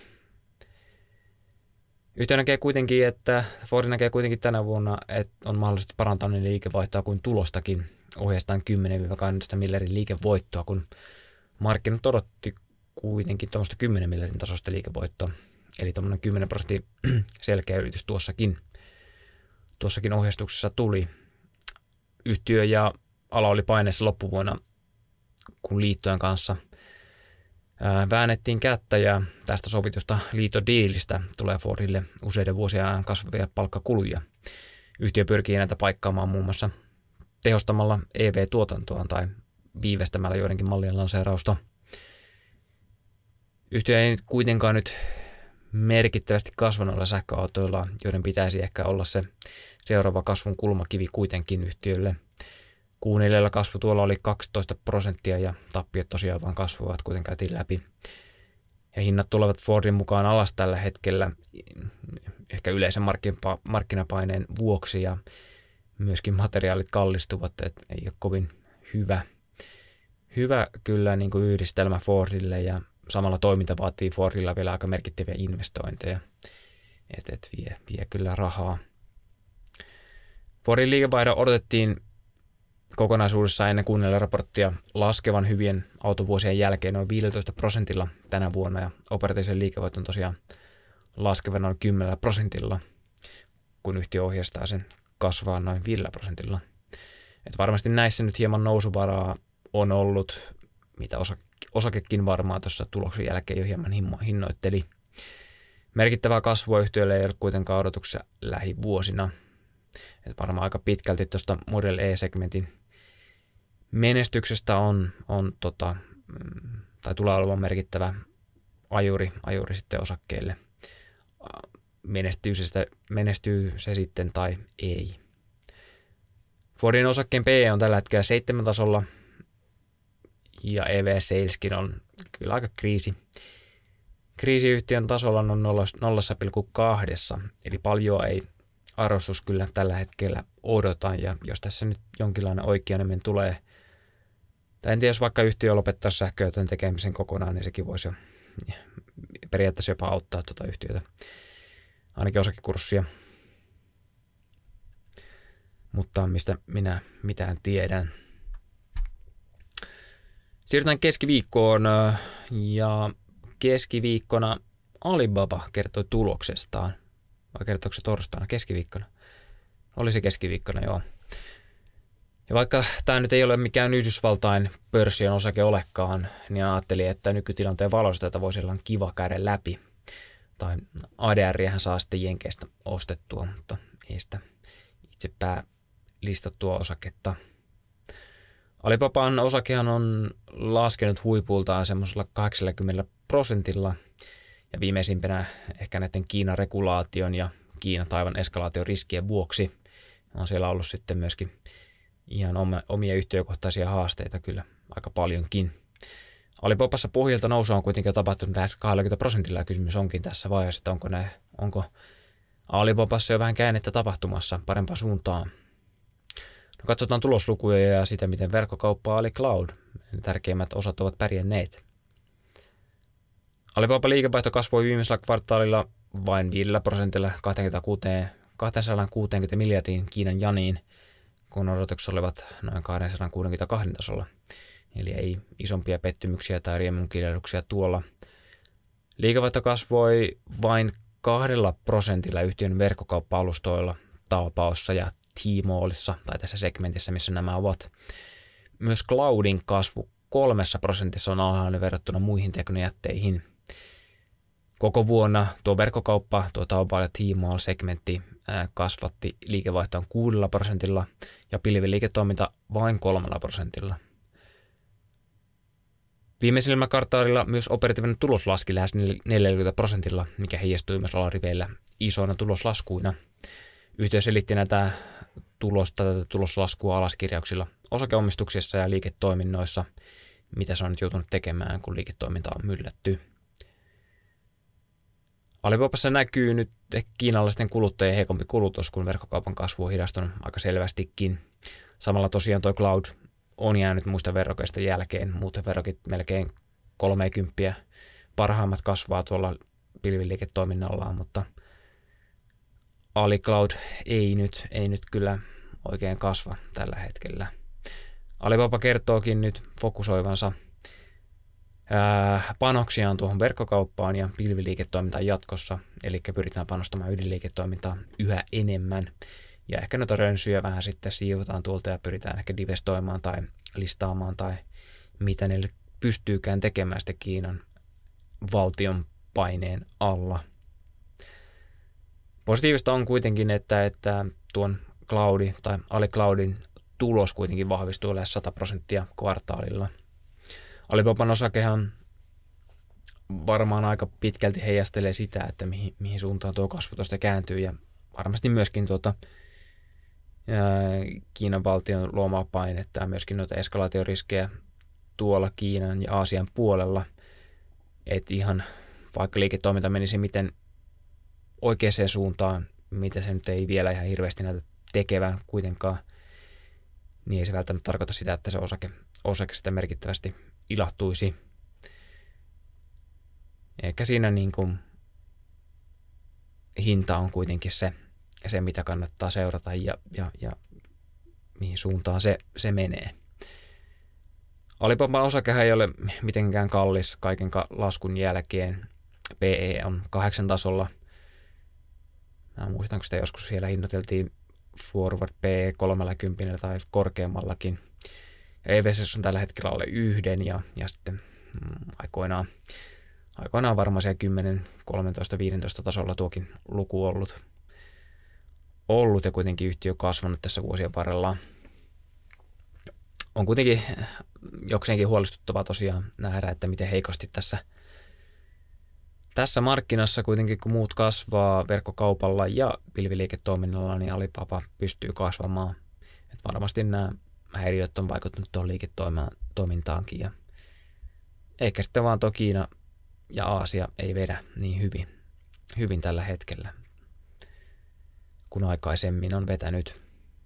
A: Yhtiö näkee kuitenkin, että Ford näkee kuitenkin tänä vuonna, että on mahdollisesti parantaa niin liikevaihtoa kuin tulostakin ohjeistaan 10-12 miljardin liikevoittoa, kun markkinat odotti kuitenkin tuommoista 10 miljardin tasosta liikevoittoa. Eli tuommoinen 10% selkeä yritys tuossakin ohjeistuksessa tuli. Yhtiö ja ala oli paineessa loppuvuonna, kun liittojen kanssa väännettiin kättä ja tästä sovitusta liitodiilistä tulee Fordille useiden vuosien ajan kasvavia palkkakuluja. Yhtiö pyrkii näitä paikkaamaan muun muassa tehostamalla EV-tuotantoa tai viivästämällä joidenkin mallien lanseerausta. Yhtiö ei kuitenkaan nyt merkittävästi kasvanoilla sähköautoilla, joiden pitäisi ehkä olla se seuraava kasvun kulmakivi kuitenkin yhtiölle. Q4 kasvu tuolla oli 12% ja tappiot tosiaan vaan kasvavat, kuten käytiin läpi. Ja hinnat tulevat Fordin mukaan alas tällä hetkellä ehkä yleisen markkinapaineen vuoksi ja myöskin materiaalit kallistuvat, että ei ole kovin hyvä kyllä niin kuin yhdistelmä Fordille ja samalla toiminta vaatii Fordilla vielä aika merkittäviä investointeja, että vie kyllä rahaa. Fordin liikevaihdon odotettiin kokonaisuudessaan ennen Q4-raporttia laskevan hyvien autovuosien jälkeen noin 15% tänä vuonna ja operatiivisen liikevoiton tosiaan laskevan noin 10%, kun yhtiö ohjastaa sen kasvaa noin 5%. Et varmasti näissä nyt hieman nousuvaraa on ollut, mitä osakekin varmaan tuossa tuloksen jälkeen jo hieman hinnoitteli. Merkittävää kasvua yhtiölle ei ole kuitenkaan odotuksessa lähivuosina. Et varmaan aika pitkälti tuosta Model E-segmentin menestyksestä tai tulee olemaan merkittävä ajuri sitten osakkeelle. Menestyy se sitten tai ei. Fordin osakkeen PE on tällä hetkellä 7 tasolla ja EV-saleskin on kyllä aika kriisiyhtiön tasolla on 0,2, eli paljon ei arvostus kyllä tällä hetkellä odota, ja jos tässä nyt jonkinlainen oikeanemmin tulee, tai en tiedä, jos vaikka yhtiö lopettaa sähköautojen tekemisen kokonaan, niin sekin voisi jo periaatteessa jopa auttaa tuota yhtiötä, ainakin osakekurssia. Mutta mistä minä mitään tiedän. Siirrytään keskiviikkoon, ja keskiviikkona Alibaba kertoi tuloksestaan. Vai kertoiko se torstaina? Keskiviikkona. Oli se keskiviikkona, joo. Ja vaikka tämä nyt ei ole mikään Yhdysvaltain pörssin osake olekaan, niin ajattelin, että nykytilanteen valossa tätä voisi olla kiva käydä läpi. Tai ADR-hän saa sitten Jenkeistä ostettua, mutta ei sitä itse listattua osaketta. Alibaban osakehan on laskenut huipultaan semmoisella 80%, ja viimeisimpänä ehkä näiden Kiinan regulaation ja Kiinan taivan eskalaation riskien vuoksi on siellä ollut sitten myöskin ihan omia yhtiökohtaisia haasteita kyllä aika paljonkin. Alibabassa pohjalta nousu on kuitenkin tapahtunut lähes 20%, ja kysymys onkin tässä vaiheessa, että onko Alibabassa jo vähän käännettä tapahtumassa parempaan suuntaan. No, katsotaan tuloslukuja ja sitä, miten verkkokauppa AliCloud, tärkeimmät osat ovat pärjänneet. Alibaba liikevaihto kasvoi viimeisellä kvartaalilla vain 5%, 260 miljardiin Kiinan janiin, kun odotukset olivat noin 262 tasolla. Eli ei isompia pettymyksiä tai riemunkirjoituksia tuolla. Liikevaihto kasvoi vain 2% yhtiön verkkokauppa-alustoilla Taobaossa ja Tmallissa tai tässä segmentissä, missä nämä ovat. Myös cloudin kasvu 3% on alhainen verrattuna muihin teknojätteihin. Koko vuonna tuo verkkokauppa, tuo Taobao ja Tmall-segmentti kasvatti liikevaihtoon 6% ja pilviliiketoiminta vain 3%. Viimeisellä kvartaalilla myös operatiivinen tulos laski lähes 40%, mikä heijastui myös alariveillä isoina tuloslaskuina. Yhtiö selitti tätä tuloslaskua alaskirjauksilla osakeomistuksissa ja liiketoiminnoissa, mitä se on nyt joutunut tekemään, kun liiketoiminta on myllätty. Alibabassa näkyy nyt kiinalaisten kuluttajien heikompi kulutus, kun verkkokaupan kasvu on hidastunut aika selvästikin. Samalla tosiaan tuo cloud on jäänyt muista verrokeista jälkeen, muuten verrokit melkein 30, parhaimmat kasvaa tuolla pilviliiketoiminnallaan, mutta AliCloud ei nyt kyllä oikein kasva tällä hetkellä. Alibaba kertookin nyt fokusoivansa panoksiaan tuohon verkkokauppaan ja pilviliiketoimintaan jatkossa, eli pyritään panostamaan ydinliiketoimintaan yhä enemmän. Ja ehkä noita rönsyjä vähän sitten siivotaan tuolta ja pyritään ehkä divestoimaan tai listaamaan tai mitä ne pystyykään tekemään sitten Kiinan valtion paineen alla. Positiivista on kuitenkin, että tuon cloudi tai AliCloudin tulos kuitenkin vahvistuu lähes 100% kvartaalilla. Alibaban osakehan varmaan aika pitkälti heijastelee sitä, että mihin suuntaan tuo kasvu tuosta kääntyy ja varmasti myöskin Kiinan valtion luomaa painetta ja myöskin noita eskalaatioriskejä tuolla Kiinan ja Aasian puolella, että ihan vaikka liiketoiminta menisi miten oikeaan suuntaan, mitä se nyt ei vielä ihan hirveästi näytä tekevän kuitenkaan, niin ei se välttämättä tarkoita sitä, että se osake sitä merkittävästi ilahtuisi. Ehkä siinä niin kuin hinta on kuitenkin se mitä kannattaa seurata ja mihin suuntaan se menee. Alibaban osakehän ei ole mitenkään kallis kaiken laskun jälkeen. PE on 8 tasolla. Mä muistan, kun sitä joskus vielä hinnoiteltiin forward PE 30 tai korkeammallakin. Ja EVS on tällä hetkellä alle 1 ja sitten aikoinaan varmaan siellä 10, 13, 15 tasolla tuokin luku ollut ja kuitenkin yhtiö kasvanut tässä vuosien varrella. On kuitenkin jokseenkin huolestuttavaa tosiaan nähdä, että miten heikosti tässä markkinassa kuitenkin, kun muut kasvaa verkkokaupalla ja pilviliiketoiminnalla, niin Alibaba pystyy kasvamaan. Et varmasti nämä häiriöt on vaikuttanut tuohon liiketoimintaankin ja ehkä sitten vaan tuo Kiina ja Aasia ei vedä niin hyvin tällä hetkellä, kun aikaisemmin on vetänyt.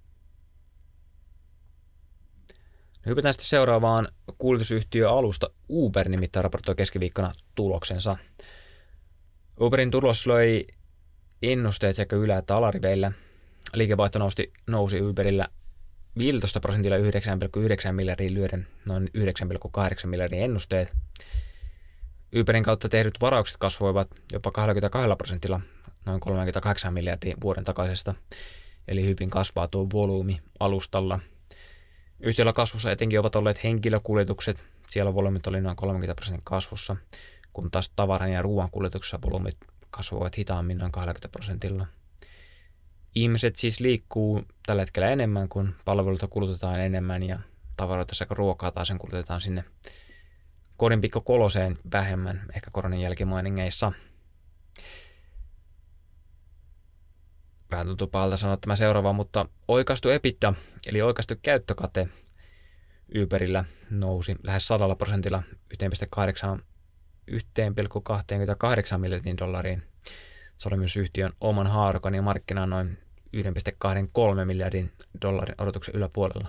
A: Hypätään sitten seuraavaan kuljetusyhtiö alusta. Uber nimittäin raportoi keskiviikkona tuloksensa. Uberin tulos löi ennusteet sekä ylä- että alariveillä. Liikevaihto nousi Uberillä 15% 9,9 miljardia lyöden noin 9,8 miljardin ennusteet. Uberin kautta tehdyt varaukset kasvoivat jopa 22% noin 38 miljardia vuoden takaisesta, eli hyvin kasvaa tuo volyymi alustalla. Yhtiöllä kasvussa etenkin ovat olleet henkilökuljetukset, siellä volyymit oli noin 30% kasvussa, kun taas tavaran ja ruoan kuljetuksessa volyymit kasvoivat hitaammin noin 20%. Ihmiset siis liikkuu tällä hetkellä enemmän, kun palveluita kulutetaan enemmän ja tavaroita sekä ruokaa taas sen kulutetaan sinne kodin pikku koloseen vähemmän, ehkä koronan jälkimainingeissa. Vähän tuntuu pahalta sanoa tämä seuraava, mutta oikaistu EBITDA, eli oikaistu käyttökate Uberillä nousi lähes 100% 1,28 miljardin dollariin. Se oli myös yhtiön oman haarukan ja markkinaan noin 1,23 miljardin dollarin odotuksen yläpuolella.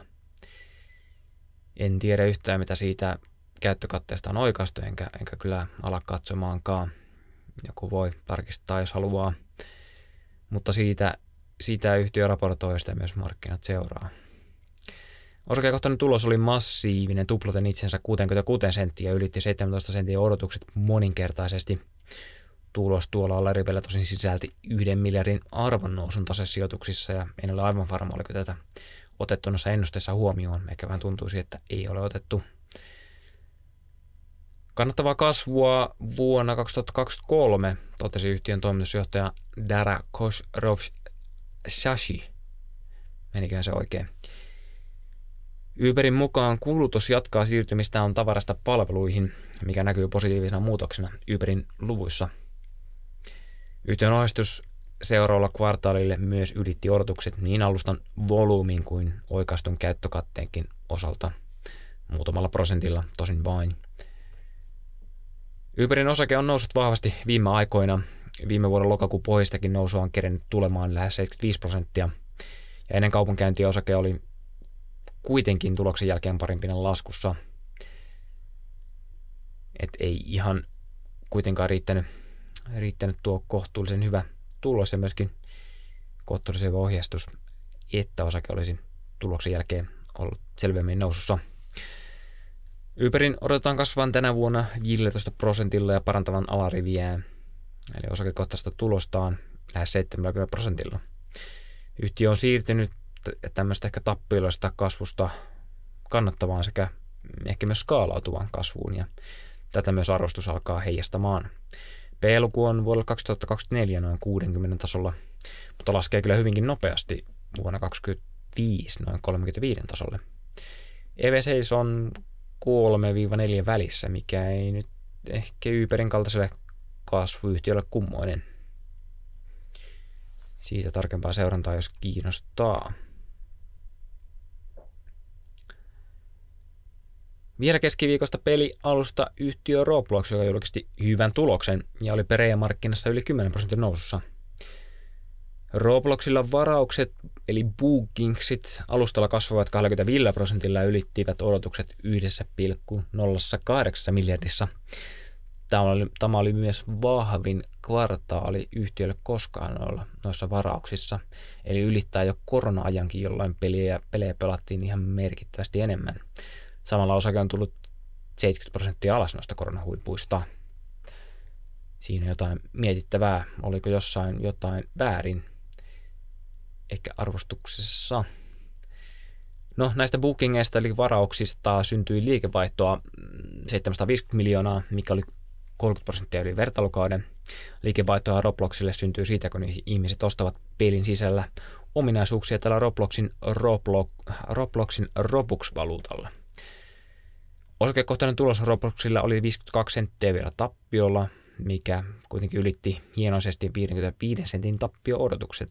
A: En tiedä yhtään, mitä siitä käyttökatteesta on oikaistu, enkä kyllä ala katsomaankaan. Joku voi tarkistaa, jos haluaa. Mutta siitä yhtiö raportoi, sitä myös markkinat seuraa. Osakekohtainen tulos oli massiivinen, tuplaten itsensä 66 senttiä ja ylitti 17 sentin odotukset moninkertaisesti. Tulos tuolla alarivellä tosin sisälti 1 miljardin arvonnousun tasesijoituksissa ja en ole aivan varma, oliko tätä otettu noissa ennusteissa huomioon. Ehkä vähän tuntuisi, että ei ole otettu. Kannattavaa kasvua vuonna 2023 totesi yhtiön toimitusjohtaja Dara Khosrowshahi. Meniköhän se oikein? Uberin mukaan kulutus jatkaa siirtymistään tavarasta palveluihin, mikä näkyy positiivisena muutoksena Uberin luvuissa. Yhtiön ohjeistus seuraavalla kvartaalille myös ylitti odotukset niin alustan volyymin kuin oikaistun käyttökatteenkin osalta muutamalla prosentilla, tosin vain. Uberin osake on noussut vahvasti viime aikoina. Viime vuoden lokakuun pohjistakin nousua on kerennyt tulemaan lähes 75%. Ja ennen kaupankäyntiä osake oli kuitenkin tuloksen jälkeen parin pinnan laskussa. Et ei ihan kuitenkaan riittänyt tuo kohtuullisen hyvä tulos ja myöskin kohtuullisen hyvä ohjeistus, että osake olisi tuloksen jälkeen ollut selvemmin nousussa. Uberin odotetaan kasvavan tänä vuonna 15% ja parantavan alariviä, eli osakekohtaista tulostaan lähes 70%. Yhtiö on siirtynyt tämmöistä ehkä tappioista kasvusta kannattavaan sekä ehkä myös skaalautuvaan kasvuun, ja tätä myös arvostus alkaa heijastamaan. P-luku on vuodella 2024 noin 60 tasolla, mutta laskee kyllä hyvinkin nopeasti vuonna 2025 noin 35 tasolle. EV6 on 3-4 välissä, mikä ei nyt ehkä Uberin kaltaiselle kasvuyhtiölle kummoinen. Siitä tarkempaa seurantaa, jos kiinnostaa. Vielä keskiviikosta pelialusta yhtiö Roblox, joka julkisti hyvän tuloksen ja oli pereja-markkinassa yli 10% nousussa. Robloxilla varaukset eli bookingsit alustalla kasvoivat 25% ja ylittivät odotukset 1,08 miljardissa. Tämä oli myös vahvin kvartaali yhtiölle koskaan olla noissa varauksissa, eli ylittää jo korona-ajankin, jollain pelejä pelattiin ihan merkittävästi enemmän. Samalla osake on tullut 70% alas noista koronahuipuista. Siinä jotain mietittävää. Oliko jossain jotain väärin? Ehkä arvostuksessa. No, näistä bookingeista eli varauksista syntyi liikevaihtoa 750 miljoonaa, mikä oli 30% yli vertailukauden. Liikevaihtoa Robloxille syntyy siitä, kun ihmiset ostavat pelin sisällä ominaisuuksia tällä Robloxin Robux-valuutalla. Osakekohtainen tulos Robloxilla oli 52 senttiä vielä tappiolla, mikä kuitenkin ylitti hienoisesti 55 sentin tappio-odotukset.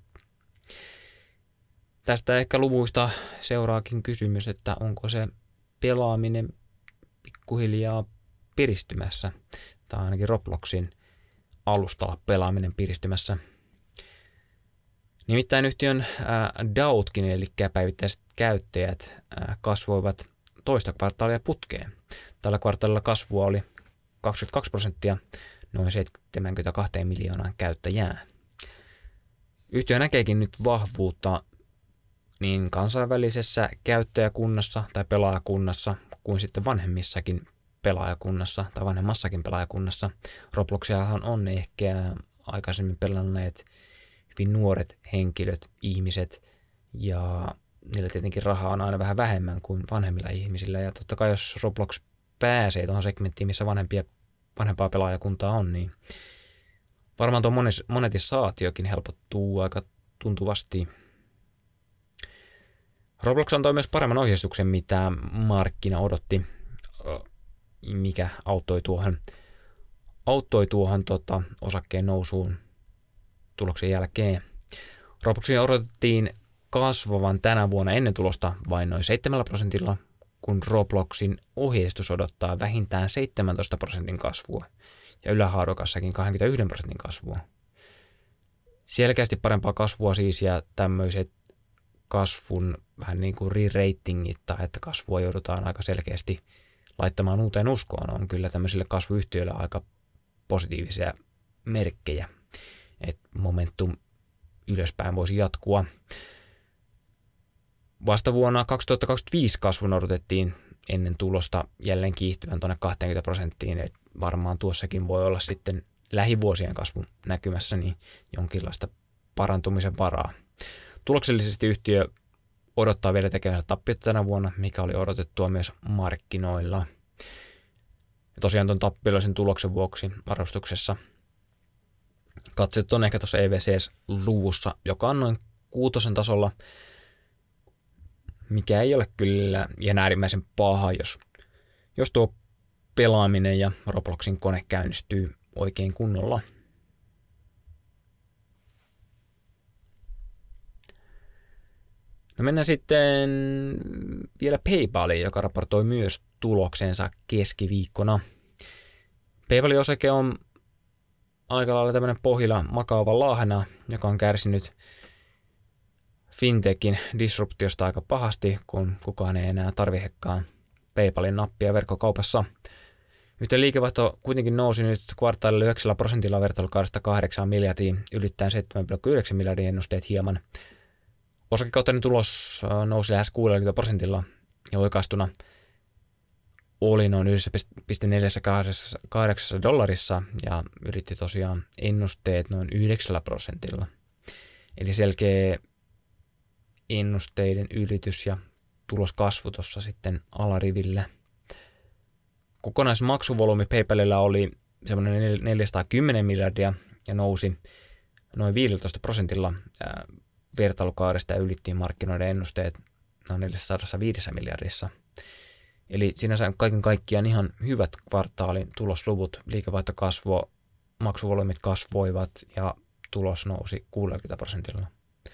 A: Tästä ehkä luvuista seuraakin kysymys, että onko se pelaaminen pikkuhiljaa piristymässä, tai ainakin Robloxin alustalla pelaaminen piristymässä. Nimittäin yhtiön DAUtkin, eli päivittäiset käyttäjät, kasvoivat toista kvartaalia putkeen. Tällä kvartaalilla kasvua oli 22%, noin 72 miljoonaan käyttäjää. Yhtiö näkeekin nyt vahvuutta niin kansainvälisessä käyttäjäkunnassa tai pelaajakunnassa kuin sitten vanhemmissakin pelaajakunnassa tai vanhemmassakin pelaajakunnassa. Robloxiahan on ehkä aikaisemmin pelanneet hyvin nuoret henkilöt, ihmiset, ja niillä tietenkin rahaa on aina vähän vähemmän kuin vanhemmilla ihmisillä. Ja totta kai jos Roblox pääsee tuohon segmenttiin, missä vanhempaa pelaajakuntaa on, niin varmaan tuo monetisaatiokin helpottuu aika tuntuvasti. Roblox antoi myös paremman ohjeistuksen, mitä markkina odotti, mikä auttoi tuohon osakkeen nousuun tuloksen jälkeen. Robloxin odotettiin kasvavan tänä vuonna ennen tulosta vain noin 7%, kun Robloxin ohjeistus odottaa vähintään 17% kasvua ja ylähaarukassakin 21% kasvua. Selkeästi parempaa kasvua siis, ja tämmöiset kasvun vähän niin kuin re-ratingit tai että kasvua joudutaan aika selkeästi laittamaan uuteen uskoon, on kyllä tämmöisille kasvuyhtiöille aika positiivisia merkkejä, että momentum ylöspäin voisi jatkua. Vasta vuonna 2025 kasvun odotettiin ennen tulosta jälleen kiihtyvän tuonne 20%, että varmaan tuossakin voi olla sitten lähivuosien kasvun näkymässä niin jonkinlaista parantumisen varaa. Tuloksellisesti yhtiö odottaa vielä tekemänsä tappiota tänä vuonna, mikä oli odotettua myös markkinoilla. Ja tosiaan tuon tappiollisen tuloksen vuoksi arvostuksessa katseet on ehkä tuossa EVCS-luvussa, joka on noin 6 tasolla, mikä ei ole kyllä ihan äärimmäisen paha, jos tuo pelaaminen ja Robloxin kone käynnistyy oikein kunnolla. No mennään sitten vielä PayPaliin, joka raportoi myös tuloksensa keskiviikkona. PayPalin osake on aika lailla tämmöinen pohjilla makaava laahena, joka on kärsinyt fintechin disruptiosta aika pahasti, kun kukaan ei enää tarvitsekaan PayPalin nappia verkkokaupassa. Yhteen liikevaihto kuitenkin nousi nyt kvartaalilla 9% vertailukaudesta 8 miljardia, ylittäen 7,9 miljardia ennusteet hieman. Osakekohtainen tulos nousi lähes 60% ja oikaistuna oli noin 1,48 dollarissa ja yritti tosiaan ennusteet noin 9%. Eli selkeä ennusteiden ylitys ja tuloskasvu tuossa sitten alarivillä. Kokonaismaksuvolyymi PayPalilla oli semmoinen 410 miljardia ja nousi noin 15% vertailukaudesta ja ylittiin markkinoiden ennusteet noin 405 miljardissa. Eli sinänsä kaiken kaikkiaan ihan hyvät kvartaalin tulosluvut, liikevaihto kasvoi, maksuvolyymit kasvoivat ja tulos nousi 60%.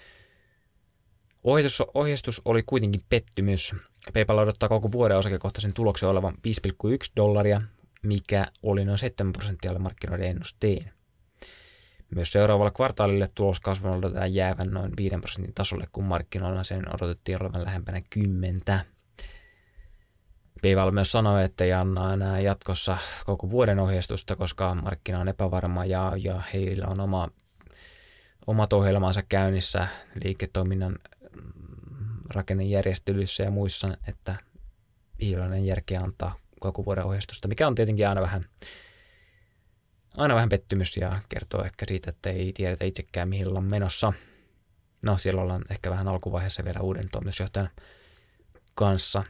A: Ohjeistus oli kuitenkin pettymys. PayPal odottaa koko vuoden osakekohtaisen tuloksen olevan $5,1, mikä oli noin 7% alle markkinoiden ennusteen. Myös seuraavalla kvartaalille tuloskasvun odotetaan jäävän noin 5% tasolle, kun markkinoilla sen odotettiin olevan lähempänä 10. PayPal myös sanoi, että ei anna enää jatkossa koko vuoden ohjeistusta, koska markkina on epävarma ja heillä on omat ohjelmansa käynnissä liiketoiminnan rakennejärjestelyissä ja muissa, että ei ole järkeä antaa koko vuoden ohjeistusta, mikä on tietenkin aina vähän pettymys ja kertoo ehkä siitä, että ei tiedetä itsekään mihin ollaan menossa. No, siellä ollaan ehkä vähän alkuvaiheessa vielä uuden toimitusjohtajan kanssa.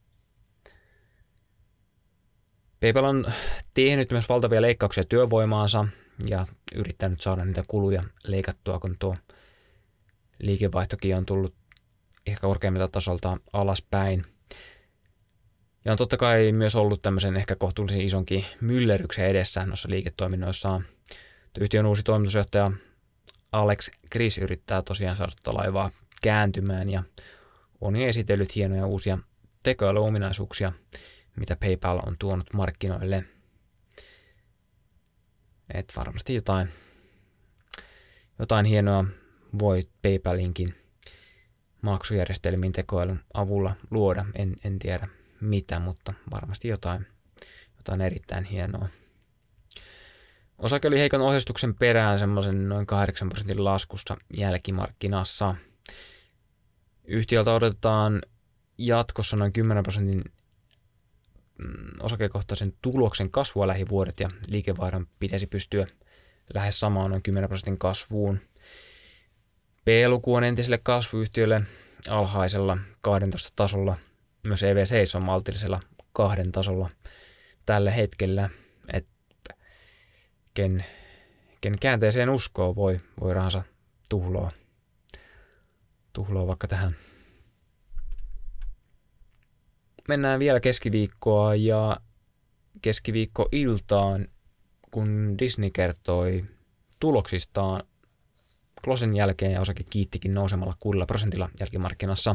A: PayPal on tehnyt myös valtavia leikkauksia työvoimaansa ja yrittänyt saada niitä kuluja leikattua, kun tuo liikevaihtokin on tullut ehkä korkeimmilta tasolta alaspäin. Ja on totta kai myös ollut tämmöisen ehkä kohtuullisen isonkin myllerryksen edessä noissa liiketoiminnoissaan. Yhtiön uusi toimitusjohtaja Alex Kris yrittää tosiaan saada laivaa kääntymään ja on jo esitellyt hienoja uusia tekoälyominaisuuksia, mitä PayPal on tuonut markkinoille. Et varmasti jotain hienoa voi PayPalinkin maksujärjestelmien tekoälyn avulla luoda. En tiedä mitä, mutta varmasti jotain erittäin hienoa. Osake oli heikon ohjeistuksen perään semmoisen noin 8% laskussa jälkimarkkinassa. Yhtiöltä odotetaan jatkossa noin 10% osakekohtaisen tuloksen kasvua lähivuodet ja liikevaihdon pitäisi pystyä lähes samaan noin 10% kasvuun. P-luku on entiselle kasvuyhtiölle alhaisella 12 tasolla. Myös EV7 on maltillisella 2 tasolla tällä hetkellä. Ken käänteeseen uskoo, voi rahansa tuhlaa vaikka tähän. Mennään vielä keskiviikkoa ja keskiviikkoiltaan, kun Disney kertoi tuloksistaan closen jälkeen ja osake kiittikin nousemalla 6% jälkimarkkinassa.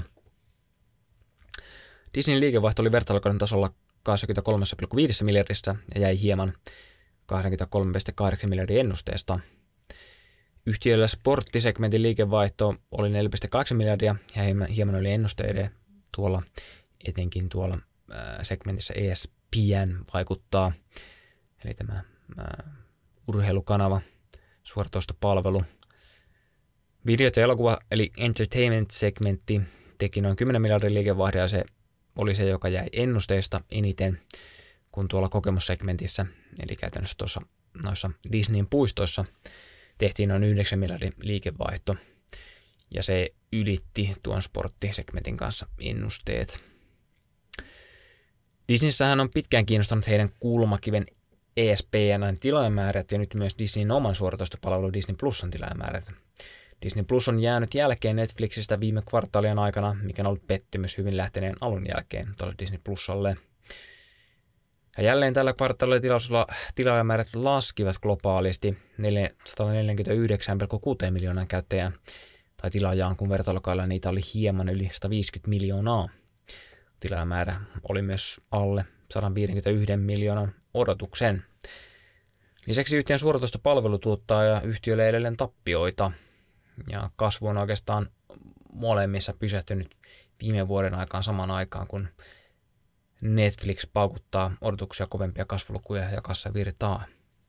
A: Disneyn liikevaihto oli vertailukauden tasolla 23,5 miljardissa ja jäi hieman 23,8 miljardin ennusteesta. Yhtiöllä sporttisegmentin liikevaihto oli 4,8 miljardia ja hieman oli ennusteiden etenkin tuolla segmentissä ESPN vaikuttaa, eli tämä urheilukanava, suoratoistopalvelu. Videot ja elokuva, eli entertainment-segmentti, teki noin 10 miljardin liikevaihdon ja se oli se, joka jäi ennusteista eniten, kun tuolla kokemussegmentissä, eli käytännössä tuossa noissa Disneyn puistoissa, tehtiin noin 9 miljardin liikevaihto, ja se ylitti tuon sporttisegmentin kanssa ennusteet. Disneyssähän on pitkään kiinnostanut heidän kulmakiven ESPN:n tilaajamäärät ja nyt myös Disneyn oman suoratoistopalvelu Disney Plusan tilaajamäärät. Disney Plus on jäänyt jälkeen Netflixistä viime kvartaalien aikana, mikä on ollut pettymys hyvin lähteneen alun jälkeen tuolle Disney Plusalle. Ja jälleen tällä kvartaalilla tilaajamäärät laskivat globaalisti 149,6 miljoonan käyttäjään tai tilaajaan, kun vertailukaudella niitä oli hieman yli 150 miljoonaa. Tilaajamäärä oli myös alle 151 miljoonan odotuksen. Lisäksi yhtiön suoratoistopalvelu tuottaa ja yhtiölle edelleen tappioita. Ja kasvu on oikeastaan molemmissa pysähtynyt viime vuoden aikaan samaan aikaan, kun Netflix paukuttaa odotuksia kovempia kasvulukuja ja kassavirtaa.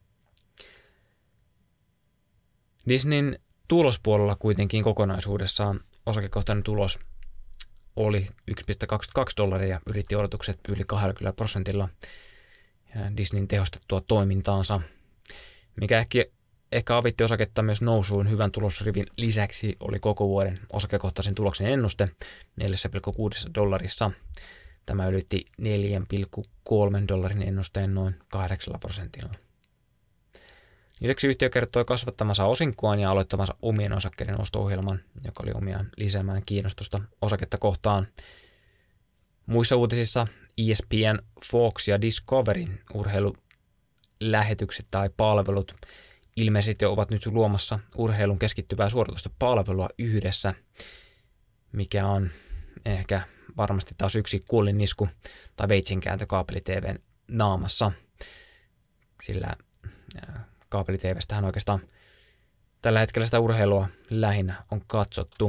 A: Disneyn tulospuolella kuitenkin kokonaisuudessaan osakekohtainen tulos oli $1,22 ja ylitti odotukset yli 20% ja Disneyn tehostettua toimintaansa, mikä ehkä avitti osaketta myös nousuun hyvän tulosrivin lisäksi oli koko vuoden osakekohtaisen tuloksen ennuste $4,6. Tämä ylitti $4,3 ennusteen noin 8%. Lisäksi yhtiö kertoi kasvattamansa osinkoaan ja aloittamansa omien osakkeiden osto-ohjelman, joka oli omiaan lisäämään kiinnostusta osaketta kohtaan. Muissa uutisissa ESPN, Fox ja Discovery urheilulähetykset tai palvelut ilmeisesti ovat nyt luomassa urheilun keskittyvää suoritusta palvelua yhdessä, mikä on ehkä varmasti taas yksi kuolinisku tai veitsinkääntö kaapeli-TV:n naamassa, sillä kaapeli-TV:stähän oikeastaan tällä hetkellä sitä urheilua lähinnä on katsottu.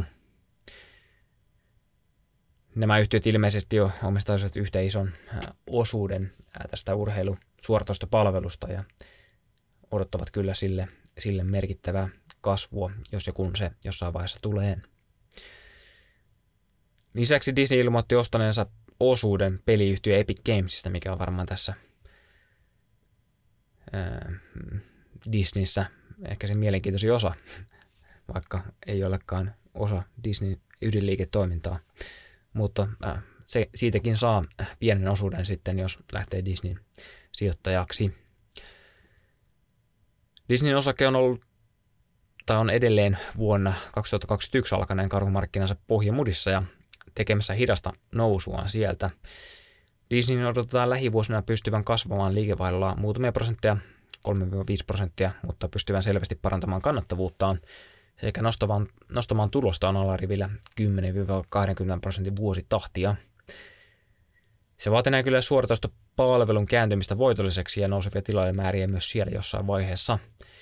A: Nämä yhtiöt ilmeisesti jo omistaisivat yhtä ison osuuden tästä urheilusuoratostopalvelusta ja odottavat kyllä sille merkittävää kasvua, jos ja kun se jossain vaiheessa tulee. Lisäksi Disney ilmoitti ostaneensa osuuden peliyhtiö Epic Gamesista, mikä on varmaan tässä Disneyssä ehkä se mielenkiintoisin osa, vaikka ei olekaan osa Disneyn ydinliiketoimintaa. Mutta siitäkin saa pienen osuuden sitten, jos lähtee Disneyn sijoittajaksi. Disneyn osake on ollut tai on edelleen vuonna 2021 alkaneen karhumarkkinansa pohjamudissa ja tekemässä hidasta nousuaan sieltä. Disneyn odotetaan lähivuosina pystyvän kasvamaan liikevaihdolla muutamia prosentteja, 3-5%, mutta pystyvän selvästi parantamaan kannattavuuttaan sekä nostamaan tulostaan alarivillä 10-20% vuositahtia. Se vaatii kyllä suoratoistopalvelun kääntymistä voitolliseksi ja nousevia tilaajamääriä myös siellä jossain vaiheessa.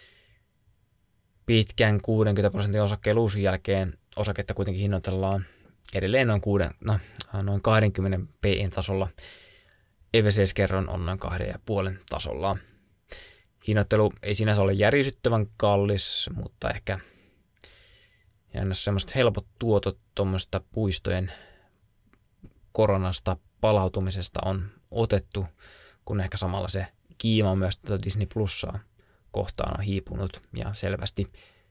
A: Pitkän 60% osakkeen luusun jälkeen osaketta kuitenkin hinnoitellaan edelleen noin 20 PE:n tasolla. EV/Skerron on noin 2,5 tasolla. Hinnoittelu ei sinänsä ole järisyttävän kallis, mutta ehkä semmoiset helpot tuotot tuommoista puistojen koronasta palautumisesta on otettu, kun ehkä samalla se kiima myös tätä Disney Plusaa kohtaan on hiipunut ja selvästi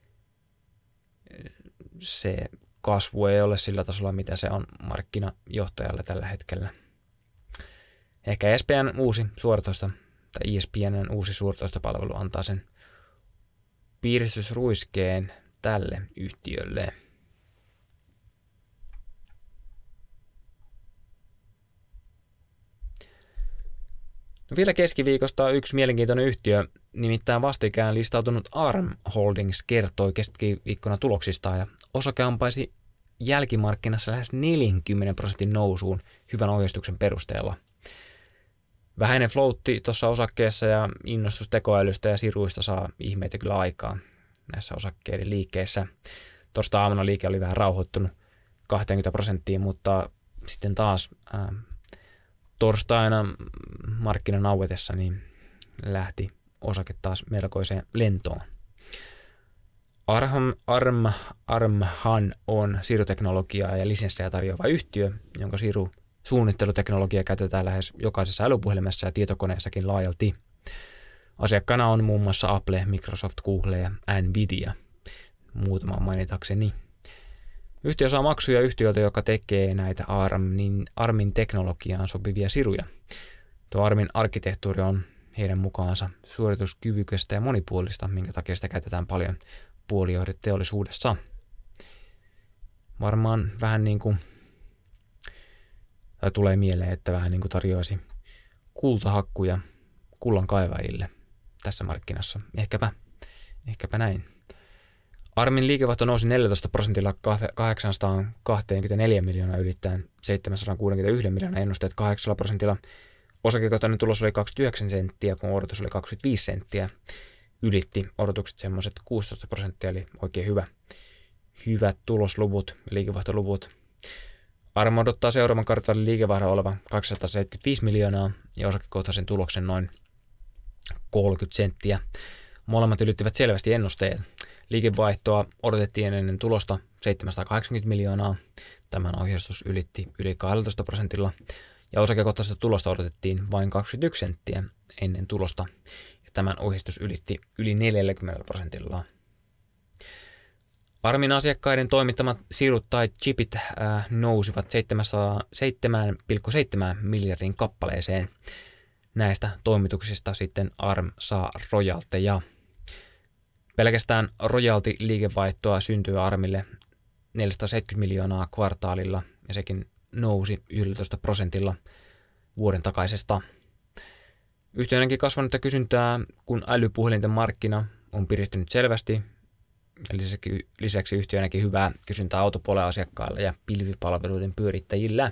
A: se kasvu ei ole sillä tasolla, mitä se on markkinajohtajalle tällä hetkellä. Ehkä ESPN:n uusi suoratoistopalvelu antaa sen piristysruiskeen tälle yhtiölle. Vielä keskiviikosta yksi mielenkiintoinen yhtiö, nimittäin vastikään listautunut ARM Holdings kertoi keskiviikkona tuloksistaan ja osake ampaisi jälkimarkkinassa lähes 40% nousuun hyvän ohjeistuksen perusteella. Vähäinen floatti tuossa osakkeessa ja innostus tekoälystä ja siruista saa ihmeitä kyllä aikaan näissä osakkeiden liikkeissä. Tuosta aamuna liike oli vähän rauhoittunut 20%, mutta sitten taas torstaina markkinan auetessa niin lähti osake taas melkoiseen lentoon. ARMhan on siruteknologiaa ja lisenssejä tarjoava yhtiö, jonka suunnitteluteknologia käytetään lähes jokaisessa älypuhelimessa ja tietokoneessakin laajalti. Asiakkaana on muun muassa Apple, Microsoft, Google ja Nvidia, muutama mainitakseni. Yhtiö saa maksuja yhtiöltä, joka tekee näitä ARMin teknologiaan sopivia siruja. Tuo ARMin arkkitehtuuri on heidän mukaansa suorituskyvykästä ja monipuolista, minkä takia sitä käytetään paljon puolijohdeteollisuudessa. Varmaan vähän niin kuin, tai tulee mieleen, että vähän niin kuin tarjoaisi kultahakkuja kullan kaivajille tässä markkinassa. Ehkäpä näin. ARMin liikevaihto nousi 14% 824 miljoonaa ylittäen 761 miljoonaa ennusteet 8%. Osakekohtainen tulos oli 29 senttiä, kun odotus oli 25 senttiä. Ylitti odotukset semmoiset 16%, eli oikein hyvät tulosluvut, liikevaihtoluvut. ARM odottaa seuraavan kvartaalin liikevaihdon olevan 275 miljoonaa ja osakekohtaisen tuloksen noin 30 senttiä. Molemmat ylittivät selvästi ennusteet. Liikevaihtoa odotettiin ennen tulosta 780 miljoonaa. Tämän ohjeistus ylitti yli 12% ja osakekohtaisesta tulosta odotettiin vain 21 senttiä ennen tulosta ja tämän ohjeistus ylitti yli 40%. ARMin asiakkaiden toimittamat sirut tai chipit nousivat 7,7 miljardin kappaleeseen. Näistä toimituksista sitten ARM saa rojalteja. Pelkästään rojalti-liikevaihtoa syntyy ARMille 470 miljoonaa kvartaalilla ja sekin nousi 11%. vuoden takaisesta. Yhtiö on kasvanutta kysyntää, kun älypuhelinten markkina on piristynyt selvästi. Lisäksi yhtiö näki hyvää kysyntää autopuolen asiakkailla ja pilvipalveluiden pyörittäjillä.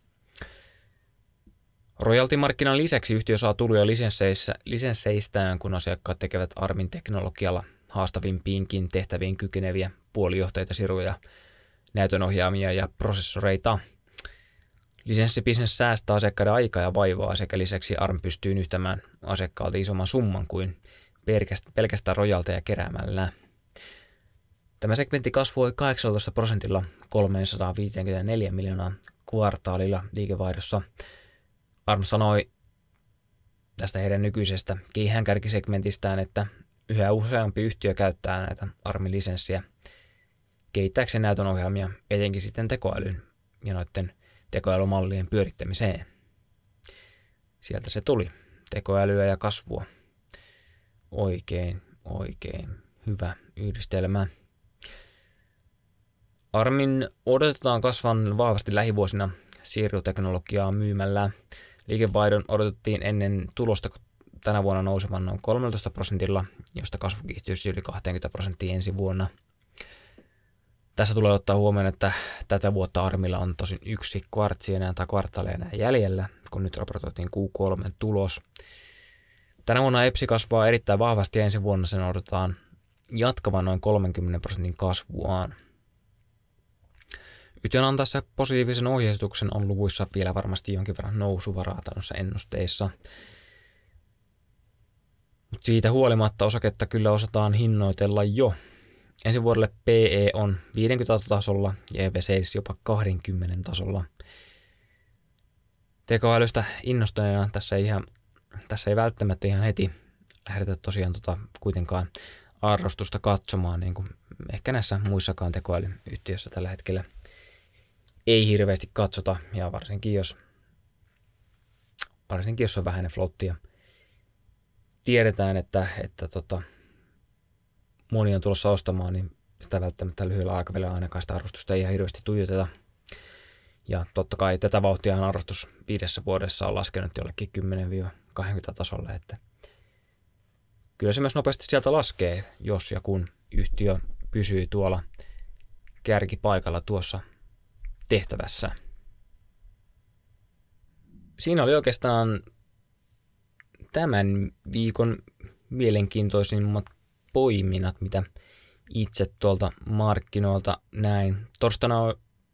A: Royalty-markkinan lisäksi yhtiö saa tuloja lisensseistään, kun asiakkaat tekevät ARMin teknologialla haastavimpiinkin tehtäviin kykeneviä puolijohtajia, siruja, näytönohjaamia ja prosessoreita. Lisenssibisnes säästää asiakkaiden aikaa ja vaivaa sekä lisäksi ARM pystyy nyhtämään asiakkaalta isomman summan kuin pelkästään rojalteja keräämällä. Tämä segmentti kasvoi 18% 354 miljoonaa kvartaalilla liikevaihdossa. ARM sanoi tästä heidän nykyisestä keihäänkärkisegmentistään, että yhä useampi yhtiö käyttää näitä ARM-lisenssiä kehittääkseen näytönohjaamia, etenkin sitten tekoälyn ja noiden tekoälymallien pyörittämiseen. Sieltä se tuli. Tekoälyä ja kasvua. Oikein hyvä yhdistelmä. ARMin odotetaan kasvavan vahvasti lähivuosina siirtoteknologiaa myymällä. Liikevaihdon odotettiin ennen tulosta tänä vuonna nousevan noin 13%, josta kasvu kiihtyisi yli 20% ensi vuonna. Tässä tulee ottaa huomioon, että tätä vuotta ARMilla on tosin yksi kvartaali enää jäljellä, kun nyt raportoitiin Q3 tulos. Tänä vuonna EPSI kasvaa erittäin vahvasti ja ensi vuonna sen odotetaan jatkavan noin 30% kasvuaan. Yhtiön antaessa positiivisen ohjeistuksen on luvuissa vielä varmasti jonkin verran nousuvaraa tällaisissa ennusteissa. Mutta siitä huolimatta osaketta kyllä osataan hinnoitella jo. Ensi vuodelle PE on 50 tasolla ja EV/Sales jopa 20 tasolla. Tekoälystä innostuneena tässä ei välttämättä ihan heti lähdetä tosiaan kuitenkaan arvostusta katsomaan, niin kuin ehkä näissä muissakaan tekoälyyhtiöissä tällä hetkellä ei hirveästi katsota, ja varsinkin jos on vähäinen flotti ja tiedetään, että moni on tulossa ostamaan, niin sitä välttämättä lyhyellä aikavälillä ainakaan sitä arvostusta ei ihan hirveästi tuijoteta. Ja totta kai tätä vauhtia arvostus 5 vuodessa on laskenut jollekin 10-20 tasolle, että kyllä se myös nopeasti sieltä laskee, jos ja kun yhtiö pysyy tuolla kärkipaikalla tuossa tehtävässä. Siinä oli oikeastaan tämän viikon mielenkiintoisimmat poiminnat, mitä itse tuolta markkinoilta näin. Torstaina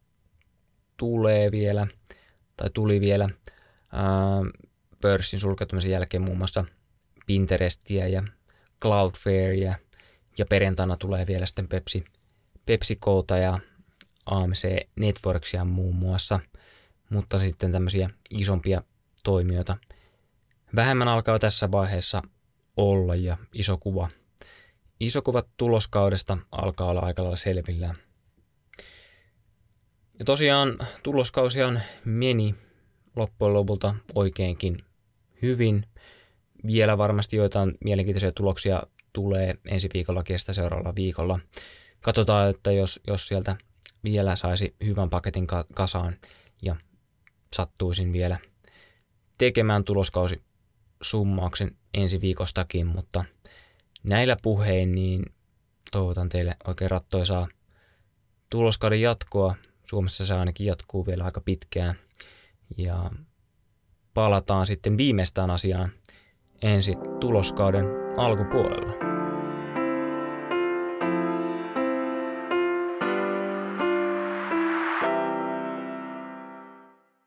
A: tuli vielä pörssin sulkeutumisen jälkeen muun muassa Pinterestiä ja Cloudflarea ja perjantaina tulee vielä sitten PepsiCota ja AMC Networksia muun muassa, mutta sitten tämmöisiä isompia toimijoita vähemmän alkaa tässä vaiheessa olla ja iso kuva tuloskaudesta alkaa olla aika lailla selvillä. Ja tosiaan tuloskausiaan meni loppujen lopulta oikeinkin hyvin. Vielä varmasti joitain mielenkiintoisia tuloksia tulee ensi viikolla kestä seuraavalla viikolla. Katsotaan, että jos sieltä vielä saisi hyvän paketin kasaan ja sattuisin vielä tekemään tuloskausisummauksen ensi viikostakin, mutta näillä puhein niin toivotan teille oikein rattoisaa tuloskauden jatkoa. Suomessa se ainakin jatkuu vielä aika pitkään ja palataan sitten viimeistään asiaan ensi tuloskauden alkupuolella.